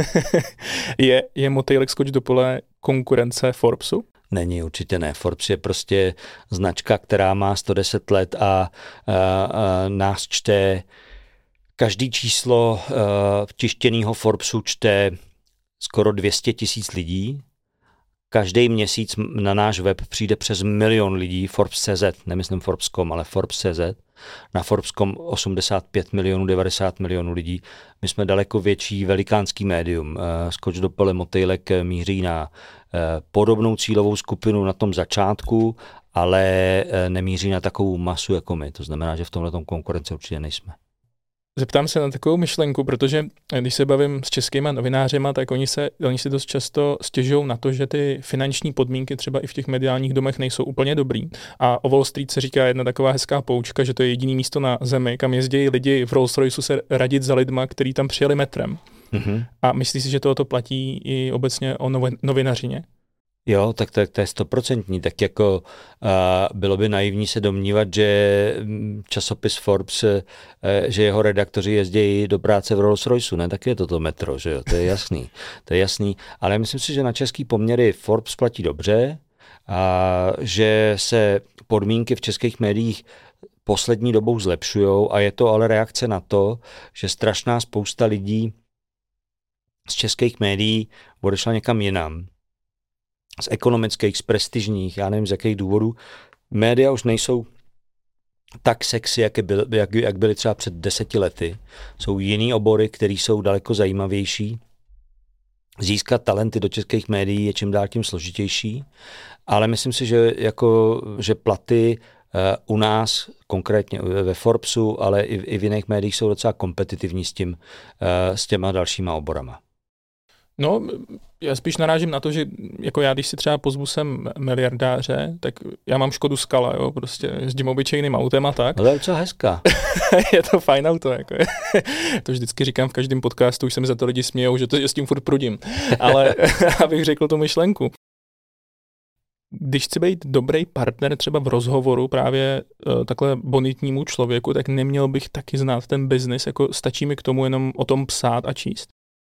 A: je, je Motejlek Skočdopole konkurence Forbesu?
B: Není, určitě ne. Forbes je prostě značka, která má sto deset let a, a, a nás čte každý číslo tištěného Forbesu čte skoro dvě stě tisíc lidí. Každý měsíc na náš web přijde přes milion lidí, Forbes tečka cé zet, nemyslím Forbes tečka com, ale Forbes tečka cé zet. Na Forbes tečka com osmdesát pět milionů, devadesát milionů lidí. My jsme daleko větší velikánský médium. Skočdopole, Motejlek míří na podobnou cílovou skupinu na tom začátku, ale nemíří na takovou masu jako my. To znamená, že v tomhletom konkurence určitě nejsme.
A: Zeptám se na takovou myšlenku, protože když se bavím s českýma novinářema, tak oni, se, oni si dost často stěžují na to, že ty finanční podmínky třeba i v těch mediálních domech nejsou úplně dobrý. A o Wall Street se říká jedna taková hezká poučka, že to je jediný místo na zemi, kam jezdí lidi v Rolls Royceu se radit za lidma, kteří tam přijeli metrem. Mm-hmm. A myslíš si, že tohoto platí i obecně o novinařině?
B: Jo, tak to, to je stoprocentní, tak jako uh, bylo by naivní se domnívat, že časopis Forbes, uh, že jeho redaktoři jezdí do práce v Rolls Royceu, ne, tak je to to metro, že jo, to je jasný, to je jasný, ale myslím si, že na český poměry Forbes platí dobře a že se podmínky v českých médiích poslední dobou zlepšujou a je to ale reakce na to, že strašná spousta lidí z českých médií odešla někam jinam. Z ekonomických, z prestižních, já nevím z jakých důvodů, média už nejsou tak sexy, jak, byly, jak, jak byly třeba před deseti lety. Jsou jiný obory, které jsou daleko zajímavější. Získat talenty do českých médií je čím dál tím složitější, ale myslím si, že, jako, že platy u nás, konkrétně ve Forbesu, ale i, i v jiných médiích jsou docela kompetitivní s tím, s těma dalšíma oborama.
A: No, já spíš narážím na to, že jako já, když si třeba pozvu sem miliardáře, tak já mám Škodu Skala, jo, prostě jezdím obyčejným autem a tak.
B: No to je docela hezká.
A: Je to fajn auto, jako je. To vždycky říkám v každém podcastu, už se mi za to lidi smějou, že, to, že s tím furt prudím. Ale abych řekl tu myšlenku. Když chci být dobrý partner třeba v rozhovoru právě uh, takhle bonitnímu člověku, tak neměl bych taky znát ten biznis, jako stačí mi k tomu jenom o tom psát a číst.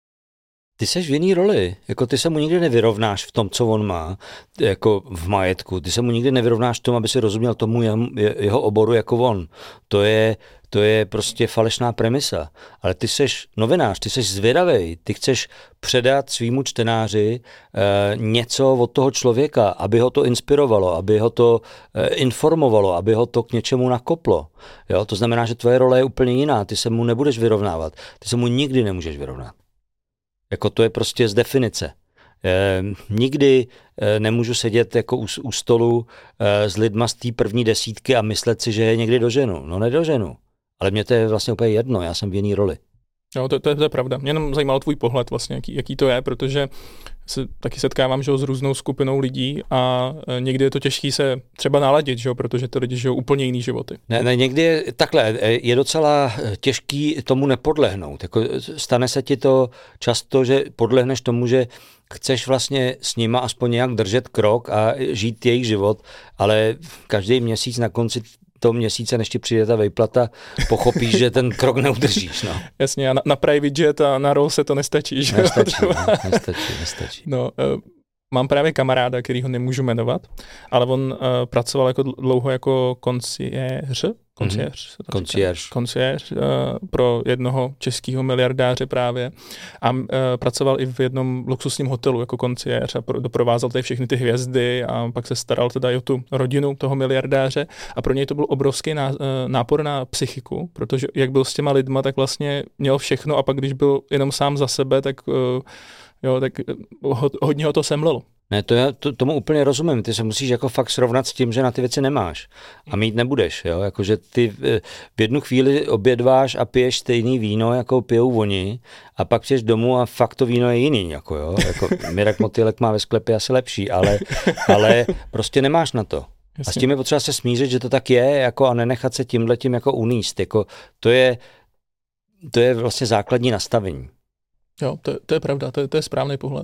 B: Ty seš v jiný roli, jako ty se mu nikdy nevyrovnáš v tom, co on má, jako v majetku. Ty se mu nikdy nevyrovnáš v tom, aby si rozuměl tomu jeho, jeho oboru jako on. To je, to je prostě falešná premisa. Ale ty seš novinář, ty seš zvědavej, ty chceš předat svýmu čtenáři eh, něco od toho člověka, aby ho to inspirovalo, aby ho to eh, informovalo, aby ho to k něčemu nakoplo. Jo? To znamená, že tvoje role je úplně jiná, ty se mu nebudeš vyrovnávat, ty se mu nikdy nemůžeš vyrovnat. Jako to je prostě z definice. E, nikdy e, nemůžu sedět jako u, u stolu e, s lidma z té první desítky a myslet si, že je někdy doženu. No nedoženu. Ale mě to je vlastně úplně jedno, já jsem v jiný roli.
A: Jo, to, to, to je pravda. Mě jenom zajímal tvůj pohled vlastně, jaký, jaký to je, protože se taky setkávám, že, s různou skupinou lidí a někdy je to těžké se třeba naladit, že, protože ty lidi žijou úplně jiný životy.
B: Ne, ne, někdy je takhle, je docela těžký tomu nepodlehnout. Jako stane se ti to často, že podlehneš tomu, že chceš vlastně s nima aspoň nějak držet krok a žít jejich život, ale každý měsíc na konci toho měsíce, než ti přijde ta vejplata, pochopíš, že ten krok neudržíš. No.
A: Jasně, a na, na private jet a na roll se to nestačí. Že?
B: Nestačí, ne, nestačí, nestačí.
A: No, uh, mám právě kamaráda, který ho nemůžu jmenovat, ale on uh, pracoval jako dlouho jako konciéř, konciéř,
B: mm-hmm. konciéř.
A: konciéř uh, pro jednoho českého miliardáře právě a uh, pracoval i v jednom luxusním hotelu jako konciéř a pro, doprovázel tady všechny ty hvězdy a pak se staral teda i o tu rodinu toho miliardáře a pro něj to byl obrovský ná, uh, nápor na psychiku, protože jak byl s těma lidma, tak vlastně měl všechno a pak když byl jenom sám za sebe, tak uh, jo, tak hodně ho to semlilo.
B: Ne, to já to, tomu úplně rozumím. Ty se musíš jako fakt srovnat s tím, že na ty věci nemáš a mít nebudeš. Jo? Jakože ty v jednu chvíli obědváš a piješ stejný víno, jako pijou oni a pak přijdeš domů a fakt to víno je jiný. Jako, jo? Jako Mirek Motýlek má ve sklepě asi lepší, ale, ale prostě nemáš na to. Jasně. A s tím je potřeba se smířit, že to tak je jako a nenechat se tímhletím jako uníst. Jako, to, je, to je vlastně základní nastavení.
A: Jo, to, to je pravda, to je, to je správný pohled.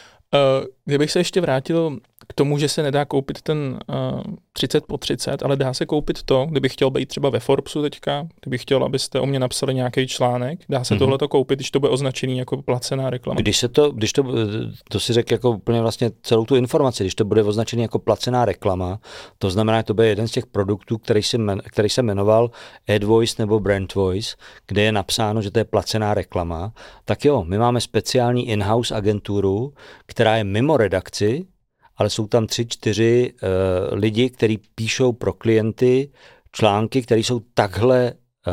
A: Uh, kdybych se ještě vrátil k tomu, že se nedá koupit ten uh, třicet po třicet, ale dá se koupit to, kdybych chtěl být třeba ve Forbesu teďka, kdybych chtěl, abyste o mě napsali nějaký článek, dá se mm-hmm. tohleto koupit, když to bude označený jako placená reklama. Když se
B: to, když to, to si řekl jako úplně vlastně celou tu informaci, když to bude označený jako placená reklama, to znamená, že to bude jeden z těch produktů, který, si men, který se jmenoval AdVoice nebo BrandVoice, kde je napsáno, že to je placená reklama, tak jo, my máme speciální in-house agenturu, která je mimo redakci, ale jsou tam tři, čtyři uh, lidi, kteří píšou pro klienty články, které jsou takhle uh,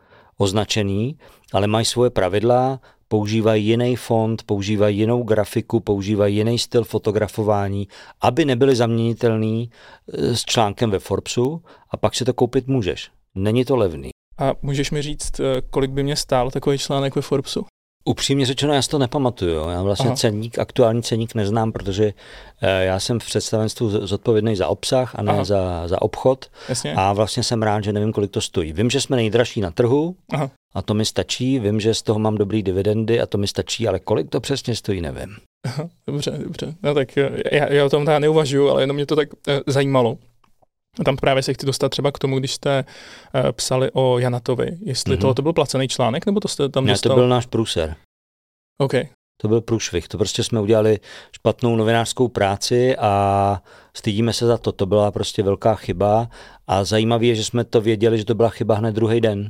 B: označený, ale mají svoje pravidla, používají jiný font, používají jinou grafiku, používají jiný styl fotografování, aby nebyly zaměnitelný uh, s článkem ve Forbesu a pak si to koupit můžeš. Není to levný.
A: A můžeš mi říct, kolik by mě stál takový článek ve Forbesu?
B: Upřímně řečeno, já si to nepamatuju. Já vlastně Aha. ceník, aktuální ceník neznám, protože eh, já jsem v představenstvu zodpovědný za obsah a ne za, za obchod.
A: Jasně.
B: A vlastně jsem rád, že nevím, kolik to stojí. Vím, že jsme nejdražší na trhu Aha. a to mi stačí. Vím, že z toho mám dobrý dividendy a to mi stačí, ale kolik to přesně stojí, nevím.
A: Aha, dobře, dobře. No tak já, já o tom teda neuvažuju, ale jenom mě to tak eh, zajímalo. Tam právě se chci dostat třeba k tomu, když jste uh, psali o Janatovi. Jestli mm-hmm. to, to byl placený článek, nebo to jste tam
B: ne,
A: dostal?
B: Ne, to byl náš průser.
A: OK.
B: To byl průšvih. To prostě jsme udělali špatnou novinářskou práci a stydíme se za to. To byla prostě velká chyba a zajímavé je, že jsme to věděli, že to byla chyba hned druhý den.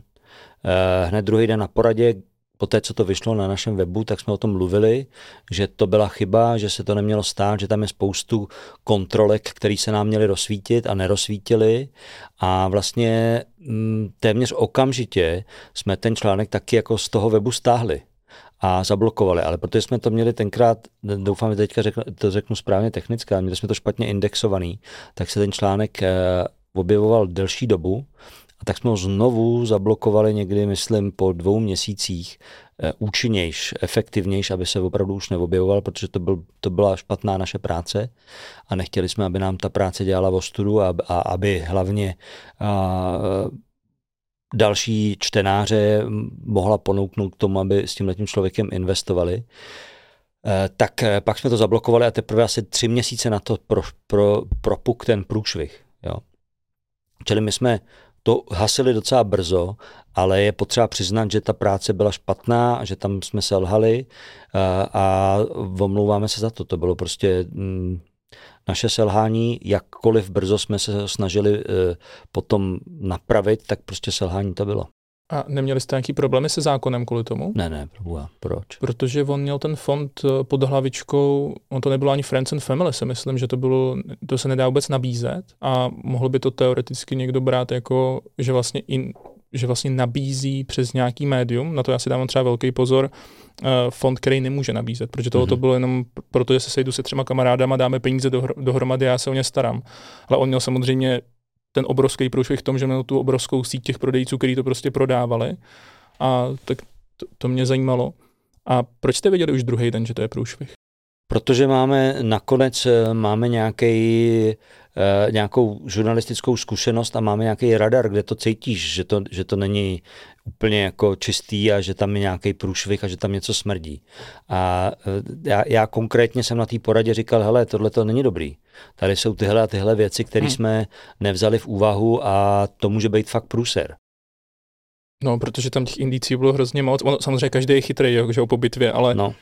B: Uh, hned druhý den na poradě, poté, co to vyšlo na našem webu, tak jsme o tom mluvili, že to byla chyba, že se to nemělo stát, že tam je spoustu kontrolek, které se nám měly rozsvítit a nerozsvítily. A vlastně m, téměř okamžitě jsme ten článek taky jako z toho webu stáhli a zablokovali. Ale protože jsme to měli tenkrát, doufám, že teďka řeknu, to řeknu správně technicky, ale měli jsme to špatně indexovaný, tak se ten článek objevoval delší dobu. A tak jsme ho znovu zablokovali někdy, myslím, po dvou měsících e, účinnějš, efektivnějš, aby se opravdu už neobjevoval, protože to, byl, to byla špatná naše práce a nechtěli jsme, aby nám ta práce dělala ostudu a, a aby hlavně a, další čtenáře mohla ponouknout k tomu, aby s tímhletím člověkem investovali. E, tak e, pak jsme to zablokovali a teprve asi tři měsíce na to pro, pro, propuk ten průšvih. Jo. Čili my jsme to hasili docela brzo, ale je potřeba přiznat, že ta práce byla špatná a že tam jsme selhali a, a omlouváme se za to. To bylo prostě mm, naše selhání, jakkoliv brzo jsme se snažili e, potom napravit, tak prostě selhání to bylo.
A: A neměli jste nějaký problémy se zákonem kvůli tomu?
B: Ne, ne, proč?
A: Protože on měl ten fond pod hlavičkou, on to nebylo ani Friends and Family, si myslím, že to bylo, to se nedá vůbec nabízet a mohl by to teoreticky někdo brát jako, že vlastně, in, že vlastně nabízí přes nějaký médium, na to já si dávám třeba velký pozor, fond, který nemůže nabízet, protože tohle mm-hmm. to bylo jenom proto, že se sejdu se třema kamarádama, dáme peníze dohr- dohromady, já se o ně starám. Ale on měl samozřejmě ten obrovský průšvih v tom, že měl tu obrovskou síť těch prodejců, kteří to prostě prodávali. A tak to, to mě zajímalo. A proč jste věděli už druhý den, že to je průšvih?
B: Protože máme nakonec máme nějaký, uh, nějakou žurnalistickou zkušenost a máme nějaký radar, kde to cítíš, že to, že to není úplně jako čistý a že tam je nějaký průšvih a že tam něco smrdí. A uh, já, já konkrétně jsem na té poradě říkal, hele, tohle to není dobrý. Tady jsou tyhle a tyhle věci, které hmm. jsme nevzali v úvahu a to může být fakt průser.
A: No, protože tam těch indicí bylo hrozně moc. Ono, samozřejmě každý je chytrý, jo, že po bitvě, ale
B: no.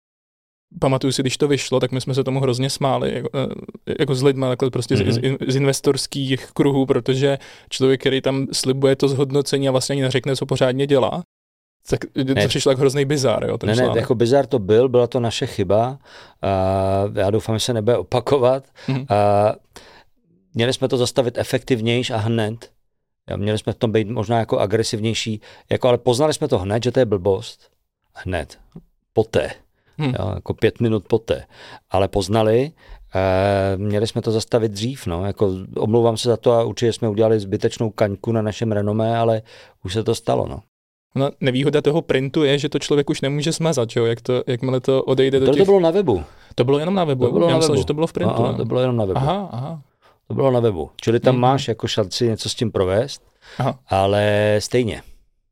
A: Pamatuju si, když to vyšlo, tak my jsme se tomu hrozně smáli, jako, jako s lidma, takhle prostě mm-hmm. z, z investorských kruhů, protože člověk, který tam slibuje to zhodnocení a vlastně ani neřekne, co pořádně dělá, tak to ne. přišlo jako hrozný bizár. Jo, ten
B: ne,
A: článek.
B: ne, jako bizár to byl, byla to naše chyba a já doufám, že se nebude opakovat. Mm-hmm. A měli jsme to zastavit efektivnějš a hned. A měli jsme v tom být možná jako agresivnější, jako, ale poznali jsme to hned, že to je blbost. Hned. Poté. Hmm. Jo, jako pět minut poté. Ale poznali, e, měli jsme to zastavit dřív. No. Jako, omlouvám se za to a určitě jsme udělali zbytečnou kaňku na našem renomé, ale už se to stalo. No.
A: No, nevýhoda toho printu je, že to člověk už nemůže smazat, jo? Jak to, jakmile to odejde do těch...
B: To bylo na webu.
A: To bylo jenom na webu?
B: To bylo
A: Já
B: na
A: myslel,
B: webu.
A: že to bylo v printu.
B: Aha, to bylo jenom na webu.
A: Aha, aha.
B: To bylo na webu. Čili tam hmm. máš jako šanci něco s tím provést, aha. ale stejně.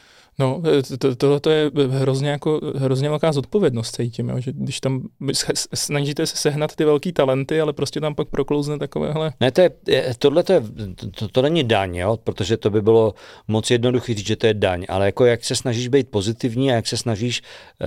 A: No, to, tohle to je hrozně, jako, hrozně velká zodpovědnost, cítím, jo? Že když tam snažíte se sehnat ty velký talenty, ale prostě tam pak proklouzne takovéhle.
B: Ne, to je, tohle to, je, to, to není daň, jo? Protože to by bylo moc jednoduché říct, že to je daň, ale jako jak se snažíš být pozitivní a jak se snažíš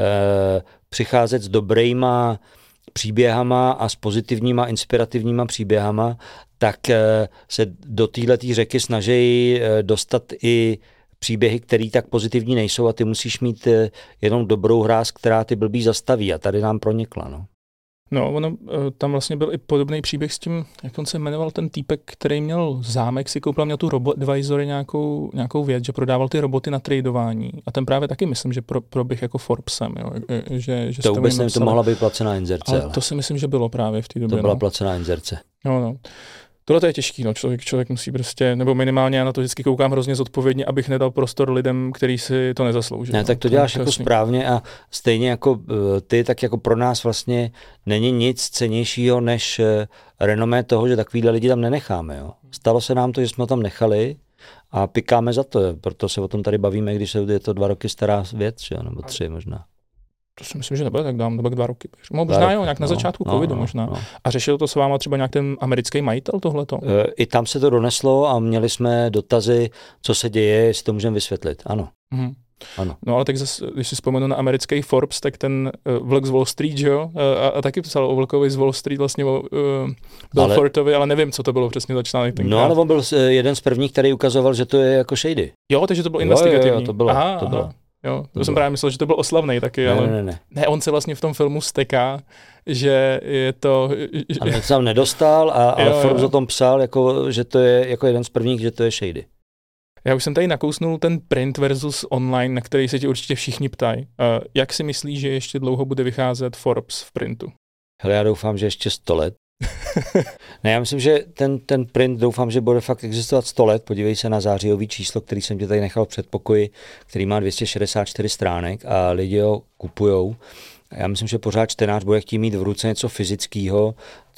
B: eh, přicházet s dobrýma příběhama a s pozitivníma, inspirativníma příběhama, tak eh, se do téhletý řeky snaží eh, dostat i příběhy, které tak pozitivní nejsou a ty musíš mít jenom dobrou hráz, která ty blbý zastaví a tady nám pronikla. No,
A: no ono, tam vlastně byl i podobný příběh s tím, jak on se jmenoval ten týpek, který měl zámek, si koupil, měl tu RoboAdvisory nějakou, nějakou věc, že prodával ty roboty na tradování a ten právě taky myslím, že pro, proběh jako Forbesem. Jo, že, že
B: to vůbec nevím, to mohla být placená inzerce.
A: Ale, ale to si myslím, že bylo právě v té době.
B: To byla
A: no.
B: placená inzerce.
A: No, no. Tohle to je těžký, no. člověk, člověk musí prostě, nebo minimálně já na to vždycky koukám hrozně zodpovědně, abych nedal prostor lidem, kteří si to nezaslouží.
B: Ne,
A: no.
B: tak to,
A: to
B: děláš jako správně a stejně jako ty, tak jako pro nás vlastně není nic cennějšího než renomé toho, že takovýhle lidi tam nenecháme. Jo. Stalo se nám to, že jsme ho tam nechali a pikáme za to, proto se o tom tady bavíme, když je to dva roky stará věc, že? Nebo tři možná.
A: To si myslím, že nebude tak dám, nebo dva roky. Možná jo, nějak na začátku no, covidu no, možná. No. A řešil to s váma třeba nějak ten americký majitel tohleto?
B: I tam se to doneslo a měli jsme dotazy, co se děje, jestli to můžeme vysvětlit. Ano.
A: Mhm.
B: Ano.
A: No ale tak zase, když si vzpomenu na americký Forbes, tak ten uh, vlk z Wall Street, že jo? A, a taky psal o vlkovi z Wall Street vlastně o uh, Belfortovi, ale... ale nevím, co to bylo přesně za článek.
B: No ale on byl jeden z prvních, který ukazoval, že to je jako shady.
A: Jo, takže to bylo investigativní.
B: Jo, jo, jo, to bylo.
A: Aha,
B: to bylo.
A: Aha. Jo, to jsem právě myslel, že to byl oslavnej taky,
B: ne,
A: ale
B: ne, ne.
A: ne, on se vlastně v tom filmu steká, že je to... Že...
B: Ale to jsem nedostal a, a Forbes o tom psal, jako, že to je jako jeden z prvních, že to je shady.
A: Já už jsem tady nakousnul ten print versus online, na který se ti určitě všichni ptají. Uh, jak si myslíš, že ještě dlouho bude vycházet Forbes v printu?
B: Hele, já doufám, že ještě sto let. Ne, já myslím, že ten, ten print, doufám, že bude fakt existovat sto let. Podívej se na zářijový číslo, který jsem ti tady nechal v předpokoji, který má dvě stě šedesát čtyři stránek a lidi ho kupujou. Já myslím, že pořád čtenář bude chtít mít v ruce něco fyzického,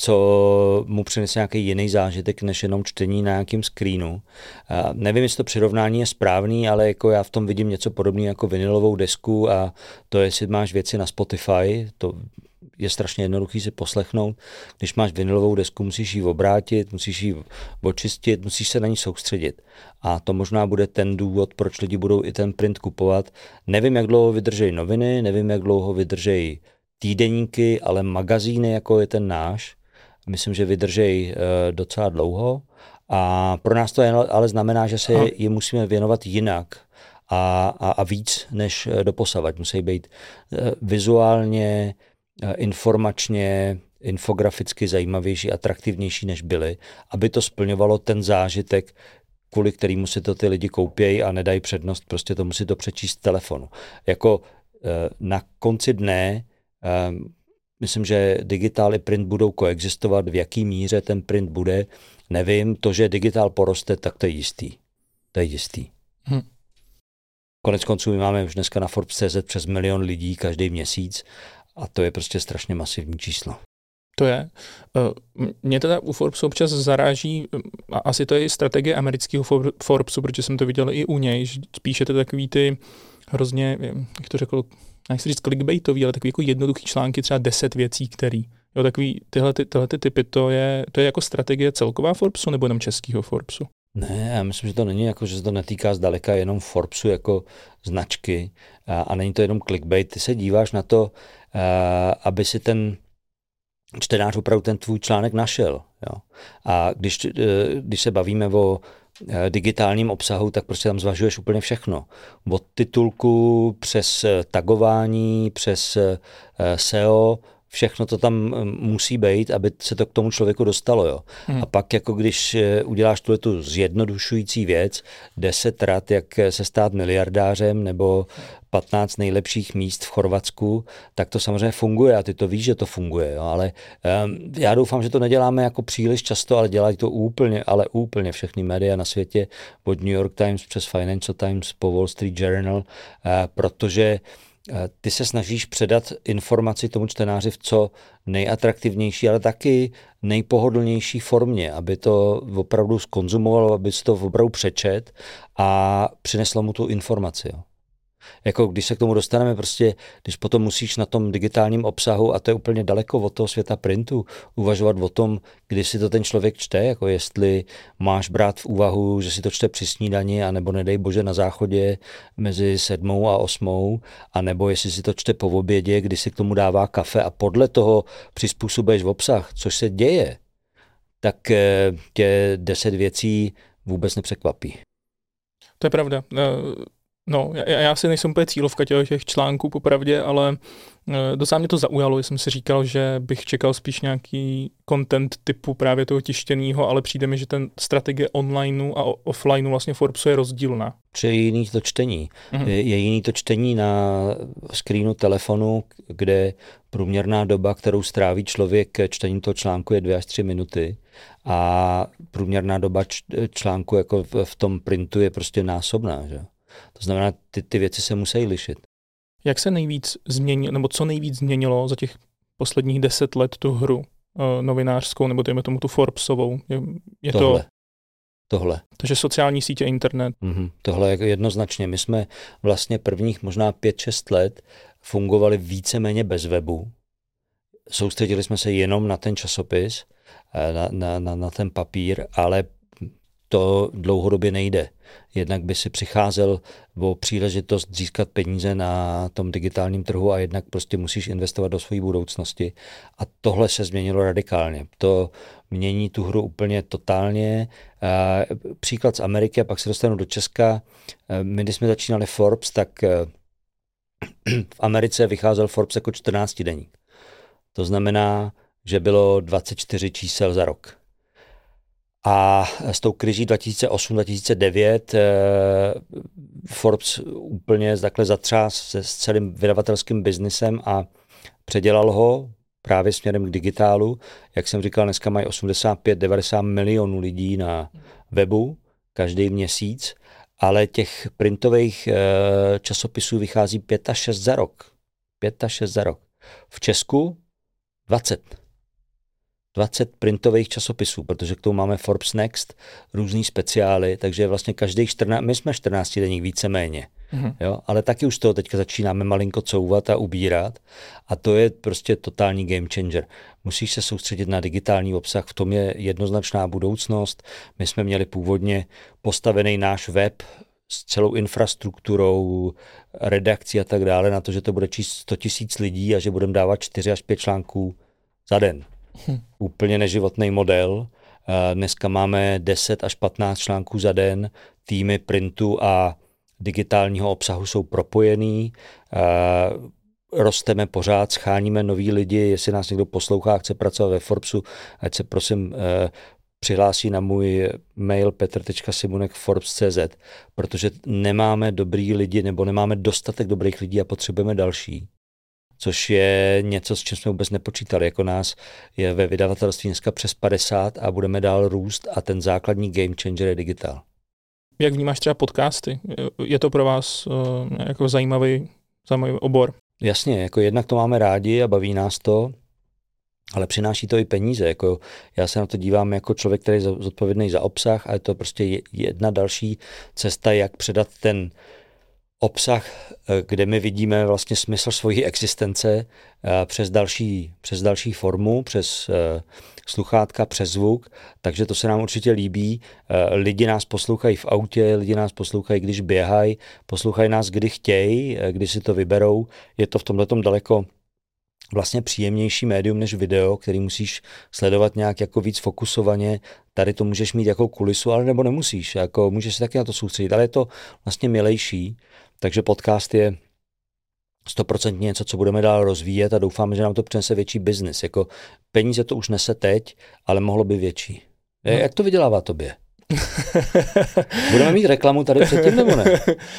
B: co mu přinese nějaký jiný zážitek, než jenom čtení na nějakým screenu. A nevím, jestli to přirovnání je správný, ale jako já v tom vidím něco podobného jako vinylovou desku a to je, jestli máš věci na Spotify, to je strašně jednoduchý si poslechnout. Když máš vinylovou desku, musíš ji obrátit, musíš ji očistit, musíš se na ní soustředit. A to možná bude ten důvod, proč lidi budou i ten print kupovat. Nevím, jak dlouho vydržejí noviny, nevím, jak dlouho vydržejí týdeníky, ale magazíny, jako je ten náš, myslím, že vydržejí e, docela dlouho. A pro nás to je, ale znamená, že se jim musíme věnovat jinak a, a, a víc, než doposavad. Musí být e, vizuálně, informačně, infograficky zajímavější, atraktivnější, než byly, aby to splňovalo ten zážitek, kvůli kterému si to ty lidi koupějí a nedají přednost, prostě to musí to přečíst z telefonu. Jako na konci dne, myslím, že digitál i print budou koexistovat, v jaký míře ten print bude, nevím, to, že digitál poroste, tak to je jistý. To je jistý. Hm. Konec konců my máme už dneska na Forbes tečka cé zet přes milion lidí každý měsíc, a to je prostě strašně masivní číslo.
A: To je. Mě teda u Forbesu občas zaráží, a asi to je strategie amerického Forbesu, protože jsem to viděl i u něj, že spíše to takový ty hrozně, jak to řekl, nechci říct clickbaitový, ale takový jako jednoduchý články, třeba deset věcí, který. Jo, takový tyhle, ty, tyhle ty typy, to je, to je jako strategie celková Forbesu nebo jenom českého Forbesu?
B: Ne, já myslím, že to není jako, že se to netýká zdaleka jenom Forbesu jako značky a, a není to jenom clickbait. Ty se díváš na to, a, aby si ten čtenář opravdu ten tvůj článek našel. Jo. A když, když se bavíme o digitálním obsahu, tak prostě tam zvažuješ úplně všechno. Od titulku přes tagování, přes S E O, všechno to tam musí být, aby se to k tomu člověku dostalo. Jo. Hmm. A pak, jako když uděláš tu zjednodušující věc, deset rad, jak se stát miliardářem, nebo patnáct nejlepších míst v Chorvatsku, tak to samozřejmě funguje a ty to víš, že to funguje. Jo. Ale um, já doufám, že to neděláme jako příliš často, ale dělají to úplně, ale úplně všechny média na světě, od New York Times přes Financial Times po Wall Street Journal, uh, protože ty se snažíš předat informaci tomu čtenáři v co nejatraktivnější, ale taky nejpohodlnější formě, aby to opravdu zkonzumovalo, aby si to opravdu přečet a přineslo mu tu informaci. Jo. Jako když se k tomu dostaneme, prostě, když potom musíš na tom digitálním obsahu, a to je úplně daleko od toho světa printu, uvažovat o tom, kdy si to ten člověk čte, jako jestli máš brát v úvahu, že si to čte při snídani, anebo nedej bože na záchodě mezi sedmou a osmou, anebo jestli si to čte po obědě, kdy si k tomu dává kafe a podle toho přizpůsobuješ obsah, což se děje, tak tě deset věcí vůbec nepřekvapí.
A: To je pravda. No, já, já si nejsem úplně cílovka těch článků popravdě, ale docela mě to zaujalo, jsem si říkal, že bych čekal spíš nějaký content typu právě toho tištěného, ale přijde mi, že ten strategie online a offline vlastně Forbesu je rozdílná.
B: Či je jiný to čtení. Mm-hmm. Je, je jiný to čtení na screenu telefonu, kde průměrná doba, kterou stráví člověk čtením toho článku, je dvě až tři minuty a průměrná doba článku jako v, v tom printu je prostě násobná, že? To znamená, ty, ty věci se musí lišit.
A: Jak se nejvíc změnilo, nebo co nejvíc změnilo za těch posledních deset let tu hru uh, novinářskou, nebo dejme tomu tu Forbesovou? Je, je
B: tohle.
A: To,
B: tohle.
A: Takže sociální sítě, internet.
B: Mm-hmm. Tohle je jednoznačně. My jsme vlastně prvních možná pět šest let fungovali víceméně bez webu. Soustředili jsme se jenom na ten časopis, na, na, na, na ten papír, ale to dlouhodobě nejde. Jednak by si přicházel o příležitost získat peníze na tom digitálním trhu a jednak prostě musíš investovat do své budoucnosti. A tohle se změnilo radikálně. To mění tu hru úplně totálně. Příklad z Ameriky, a pak se dostanu do Česka. My, když jsme začínali Forbes, tak v Americe vycházel Forbes jako čtrnáctidenník. To znamená, že bylo dvacet čtyři čísel za rok. A s tou krizí dva tisíce osm dva tisíce devět eh, Forbes úplně takhle zatřás se s celým vydavatelským biznisem a předělal ho, právě směrem k digitálu. Jak jsem říkal, dneska mají osmdesát pět devadesát milionů lidí na webu každý měsíc, ale těch printových e, časopisů vychází pět až šest za rok. Pět až šest za rok. V Česku dvacet. dvacet printových časopisů, protože k tomu máme Forbes Next, různý speciály, takže vlastně každý čtrnáct, my jsme čtrnáct denník víceméně, mm-hmm. jo, ale taky už toho teďka začínáme malinko couvat a ubírat a to je prostě totální game changer. Musíš se soustředit na digitální obsah, v tom je jednoznačná budoucnost. My jsme měli původně postavený náš web s celou infrastrukturou, redakcí a tak dále na to, že to bude číst sto tisíc lidí a že budeme dávat čtyři až pět článků za den. Hm. Úplně neživotný model. Dneska máme deset až patnáct článků za den, týmy printu a digitálního obsahu jsou propojený, rosteme pořád, scháníme nový lidi, jestli nás někdo poslouchá, chce pracovat ve Forbesu, ať se prosím přihlásí na můj mail petr tečka simonek forbes tečka cz, protože nemáme dobrý lidi nebo nemáme dostatek dobrých lidí a potřebujeme další. Což je něco, s čím jsme vůbec nepočítali. Jako nás je ve vydavatelství dneska přes padesát a budeme dál růst a ten základní game changer je digitál.
A: Jak vnímáš třeba podcasty? Je to pro vás uh, jako zajímavý, zajímavý obor?
B: Jasně, jako jednak to máme rádi a baví nás to, ale přináší to i peníze. Jako já se na to dívám jako člověk, který je zodpovědný za obsah a je to prostě jedna další cesta, jak předat ten obsah, kde my vidíme vlastně smysl svojí existence přes další, přes další formu, přes sluchátka, přes zvuk, takže to se nám určitě líbí. Lidi nás poslouchají v autě, lidi nás poslouchají, když běhají, poslouchají nás, kdy chtějí, když si to vyberou. Je to v tomhletom daleko vlastně příjemnější médium než video, který musíš sledovat nějak jako víc fokusovaně. Tady to můžeš mít jako kulisu, ale nebo nemusíš, jako můžeš se taky na to soustředit, ale je to vlastně milejší. Takže podcast je stoprocentně něco, co budeme dál rozvíjet a doufáme, že nám to přinese větší biznis. Jako peníze to už nese teď, ale mohlo by větší. No. Jak to vydělává tobě? Budeme mít reklamu tady předtím, nebo ne?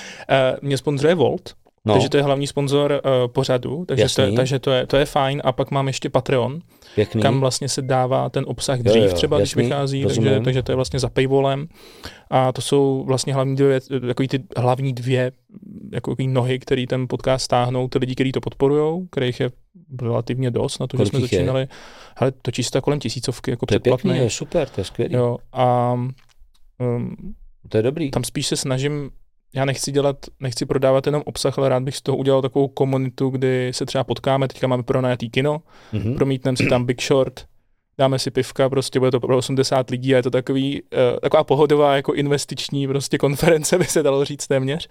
A: Mě sponzoruje Volt, no. Takže to je hlavní sponzor uh, pořadu, takže, to, takže to, je, to je fajn. A pak mám ještě Patreon, Pěkný. Kam vlastně se dává ten obsah dřív, jo, jo, třeba jasný, když vychází, takže, takže to je vlastně za paywallem. A to jsou vlastně hlavní dvě, takový ty hlavní dvě jako nohy, který ten podcast stáhnou, ty lidi, kteří to podporujou, kterých je relativně dost na to, Kolik že jsme začínali. Je? Hele, točí se to kolem tisícovky, jako
B: to
A: předplatný.
B: To je pěkný, je super, to je skvělý.
A: Jo, a um,
B: to je dobrý.
A: Tam spíš se snažím, já nechci dělat, nechci prodávat jenom obsah, ale rád bych z toho udělal takovou komunitu, kdy se třeba potkáme, teďka máme pronajatý kino, mm-hmm. promítneme si tam Big Short, dáme si pivka, prostě bude to pro osmdesát lidí a je to takový, uh, taková pohodová jako investiční prostě konference, by se dalo říct téměř.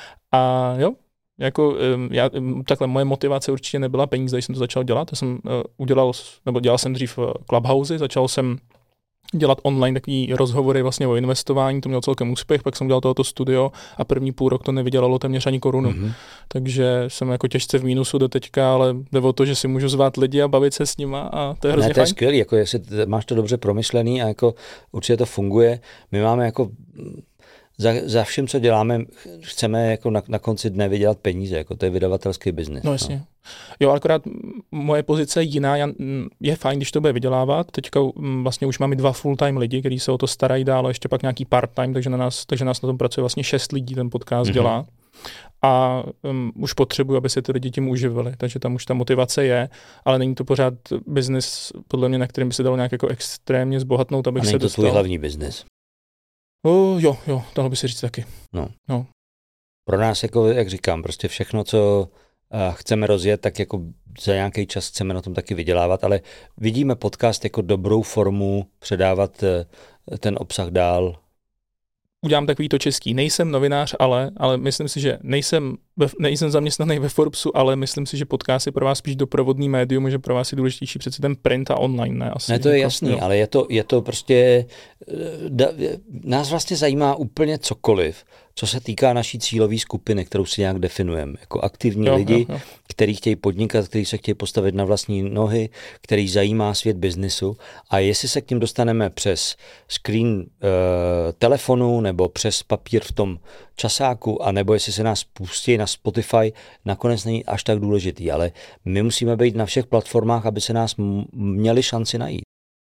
A: A jo, jako um, já, um, takhle moje motivace určitě nebyla peníze, když jsem to začal dělat, já jsem uh, udělal, nebo dělal jsem dřív uh, Clubhouse, začal jsem dělat online takový rozhovory vlastně o investování, to mělo celkem úspěch, pak jsem dělal tohoto studio a první půl rok to nevydělalo téměř ani korunu. Mm-hmm. Takže jsem jako těžce v mínusu do teďka, ale jde o to, že si můžu zvát lidi a bavit se s nima a to je hrozně
B: ne, to je
A: fajn.
B: skvělý, jako jestli máš to dobře promyšlený a jako určitě to funguje. My máme jako za, za všem, co děláme, chceme jako na, na konci dne vydělat peníze, jako to je vydavatelský biznis.
A: No jasně. No. Jo, akorát moje pozice je jiná, je fajn, když to bude vydělávat, teďka vlastně už máme dva full-time lidi, kteří se o to starají dál, a ještě pak nějaký part-time, takže na nás, takže nás na tom pracuje vlastně šest lidí, ten podcast mm-hmm. dělá. A um, už potřebuji, aby se ty lidi tím uživili, takže tam už ta motivace je, ale není to pořád biznis, podle mě, na kterým by se dalo nějak jako extrémně zbohatnout, abych
B: a
A: se dostal.
B: A není to tvůj hlavní biznis?
A: Oh, jo, jo, dalo by se říct taky.
B: No.
A: no.
B: Pro nás, jako, jak říkám, prostě všechno, co uh, chceme rozjet, tak jako za nějaký čas chceme na tom taky vydělávat, ale vidíme podcast jako dobrou formu předávat uh, ten obsah dál.
A: Udělám takový to český. Nejsem novinář, ale, ale myslím si, že nejsem, nejsem zaměstnaný ve Forbesu, ale myslím si, že podcast je pro vás spíš doprovodný médium, že pro vás je důležitější přeci ten print a online, ne? Asi
B: ne, to je
A: jako,
B: jasný,
A: jo.
B: ale je to, je to prostě, da, nás vlastně zajímá úplně cokoliv, co se týká naší cílové skupiny, kterou si nějak definujeme, jako aktivní
A: jo,
B: lidi,
A: jo, jo.
B: kteří chtějí podnikat, kteří se chtějí postavit na vlastní nohy, který zajímá svět biznisu a jestli se k ním dostaneme přes screen e, telefonu nebo přes papír v tom časáku, anebo jestli se nás pustí na Spotify, nakonec není až tak důležitý, ale my musíme být na všech platformách, aby se nás m- měli šanci najít.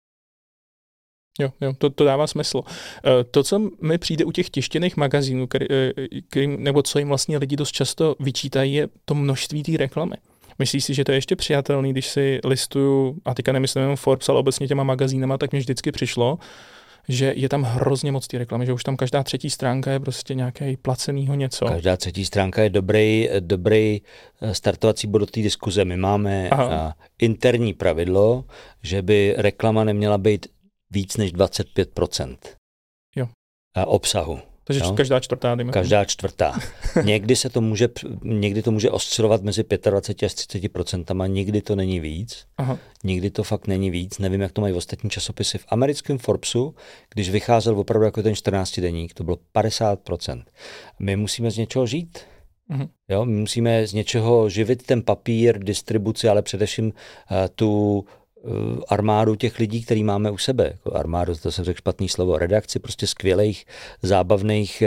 A: Jo, jo, to, to dává smysl. To, co mi přijde u těch tištěných magazínů, který, který, nebo co jim vlastně lidi dost často vyčítají, je to množství té reklamy. Myslíš si, že to je ještě přijatelný, když si listuju, a teďka nemyslím jenom Forbes, ale obecně těma magazínama, tak mi vždycky přišlo, že je tam hrozně moc té reklamy, že už tam každá třetí stránka je prostě nějaký placenýho něco.
B: Každá třetí stránka je dobrý, dobrý startovací bod do té diskuze. My máme Aha. interní pravidlo, že by reklama neměla být víc než dvacet pět procent
A: jo.
B: obsahu.
A: Takže
B: jo?
A: každá čtvrtá, dejme.
B: Každá čtvrtá. Někdy se to může, někdy to může oscilovat mezi dvacet pět až třicet procentama, někdy to není víc.
A: Aha.
B: Nikdy to fakt není víc. Nevím, jak to mají v ostatní časopisy. V americkém Forbesu, když vycházel opravdu jako ten čtrnáctidenník, to bylo padesát procent. My musíme z něčeho žít.
A: Mhm.
B: Jo? My musíme z něčeho živit ten papír, distribuci, ale především uh, tu armádu těch lidí, který máme u sebe. Jako armádu, to jsem řekl špatný slovo, redakci prostě skvělých, zábavných,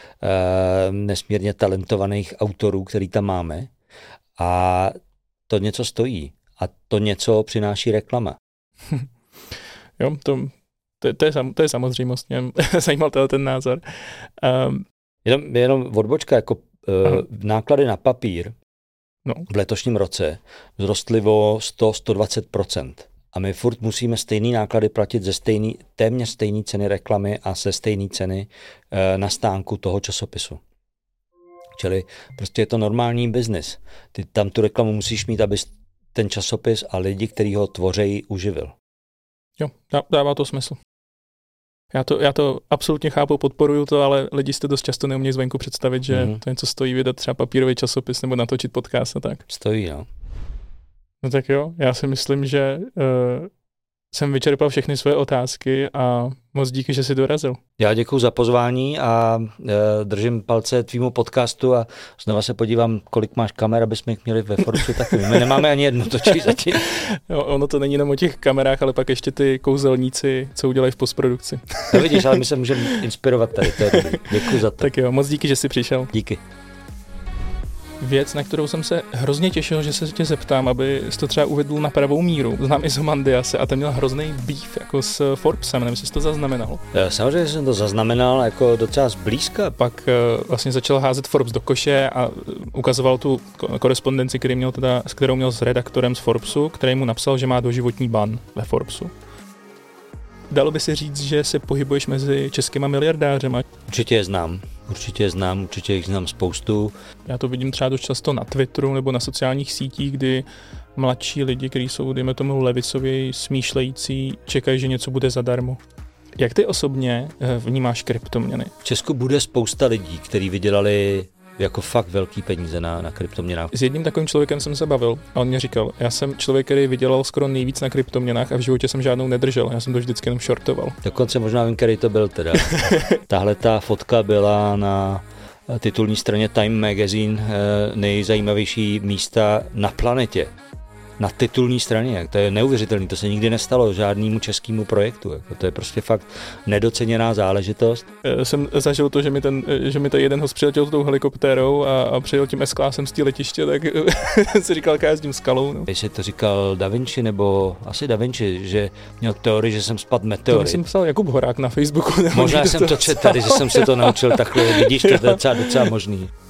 B: nesmírně talentovaných autorů, který tam máme. A to něco stojí. A to něco přináší reklama.
A: Jo, to, to, to, je, to je samozřejmost. Mě zajímal ten názor. Um,
B: jenom, jenom odbočka, jako uh, náklady na papír
A: No.
B: v letošním roce vzrostly o sto až sto dvacet procent. A my furt musíme stejný náklady platit ze stejný, téměř stejné ceny reklamy a ze stejné ceny e, na stánku toho časopisu. Čili prostě je to normální biznis. Ty tam tu reklamu musíš mít, aby ten časopis a lidi, kteří ho tvoří, uživil.
A: Jo, dává to smysl. Já to, já to absolutně chápu, podporuju to, ale lidi si to dost často neumějí zvenku představit, že mm. to něco stojí vydat třeba papírový časopis nebo natočit podcast a tak.
B: Stojí, no.
A: No tak jo, já si myslím, že uh, jsem vyčerpal všechny svoje otázky a moc díky, že jsi dorazil. Já
B: děkuji za pozvání a uh, držím palce tvýmu podcastu a znova se podívám, kolik máš kamer, aby jsme jich měli ve Forbesu taky. My nemáme ani jednu točí zatím.
A: Jo, ono to není jenom o těch kamerách, ale pak ještě ty kouzelníci, co udělají v postprodukci.
B: No vidíš, ale my se můžeme inspirovat tady, to je dobrý. Děkuji za to.
A: Tak jo, moc díky, že jsi přišel.
B: Díky.
A: Věc, na kterou jsem se hrozně těšil, že se tě zeptám, aby jsi to třeba uvedl na pravou míru. Znám i z Omandiase a ten měl hrozný beef jako s Forbesem, nevím, jestli jsi to zaznamenal.
B: Samozřejmě jsem to zaznamenal jako docela zblízka.
A: Pak uh, vlastně začal házet Forbes do koše a ukazoval tu korespondenci, který měl teda, s kterou měl s redaktorem z Forbesu, který mu napsal, že má doživotní ban ve Forbesu. Dalo by se říct, že se pohybuješ mezi českýma miliardářema?
B: Určitě je znám. Určitě je znám, určitě jich znám spoustu.
A: Já to vidím třeba dost často na Twitteru nebo na sociálních sítích, kdy mladší lidi, kteří jsou, dejme tomu, levicově smýšlející, čekají, že něco bude zadarmo. Jak ty osobně vnímáš kryptoměny?
B: V Česku bude spousta lidí, kteří vydělali jako fakt velký peníze na, na kryptoměnách.
A: S jedním takovým člověkem jsem se bavil a on mě říkal, já jsem člověk, který vydělal skoro nejvíc na kryptoměnách a v životě jsem žádnou nedržel, já jsem to vždycky jenom shortoval.
B: Dokonce možná vím, který to byl teda. Tahle ta fotka byla na titulní straně Time Magazine, nejzajímavější místa na planetě. Na titulní straně, to je neuvěřitelné, to se nikdy nestalo žádnému českému projektu, jako to je prostě fakt nedoceněná záležitost.
A: Jsem zažil to, že mi ten, že mi ten jeden host přiletěl tou helikoptérou a, a přijel tím S-klásem z té letiště, tak si říkal, jak já jezdím skalou. No.
B: Jestli to říkal Da Vinci, nebo asi Da Vinci, že měl teorii, že jsem spadl meteorit.
A: To jsem psal Jakub Horák na Facebooku.
B: Možná jsem to četl tady, že jsem se to naučil takhle, vidíš, to je docela, docela možný.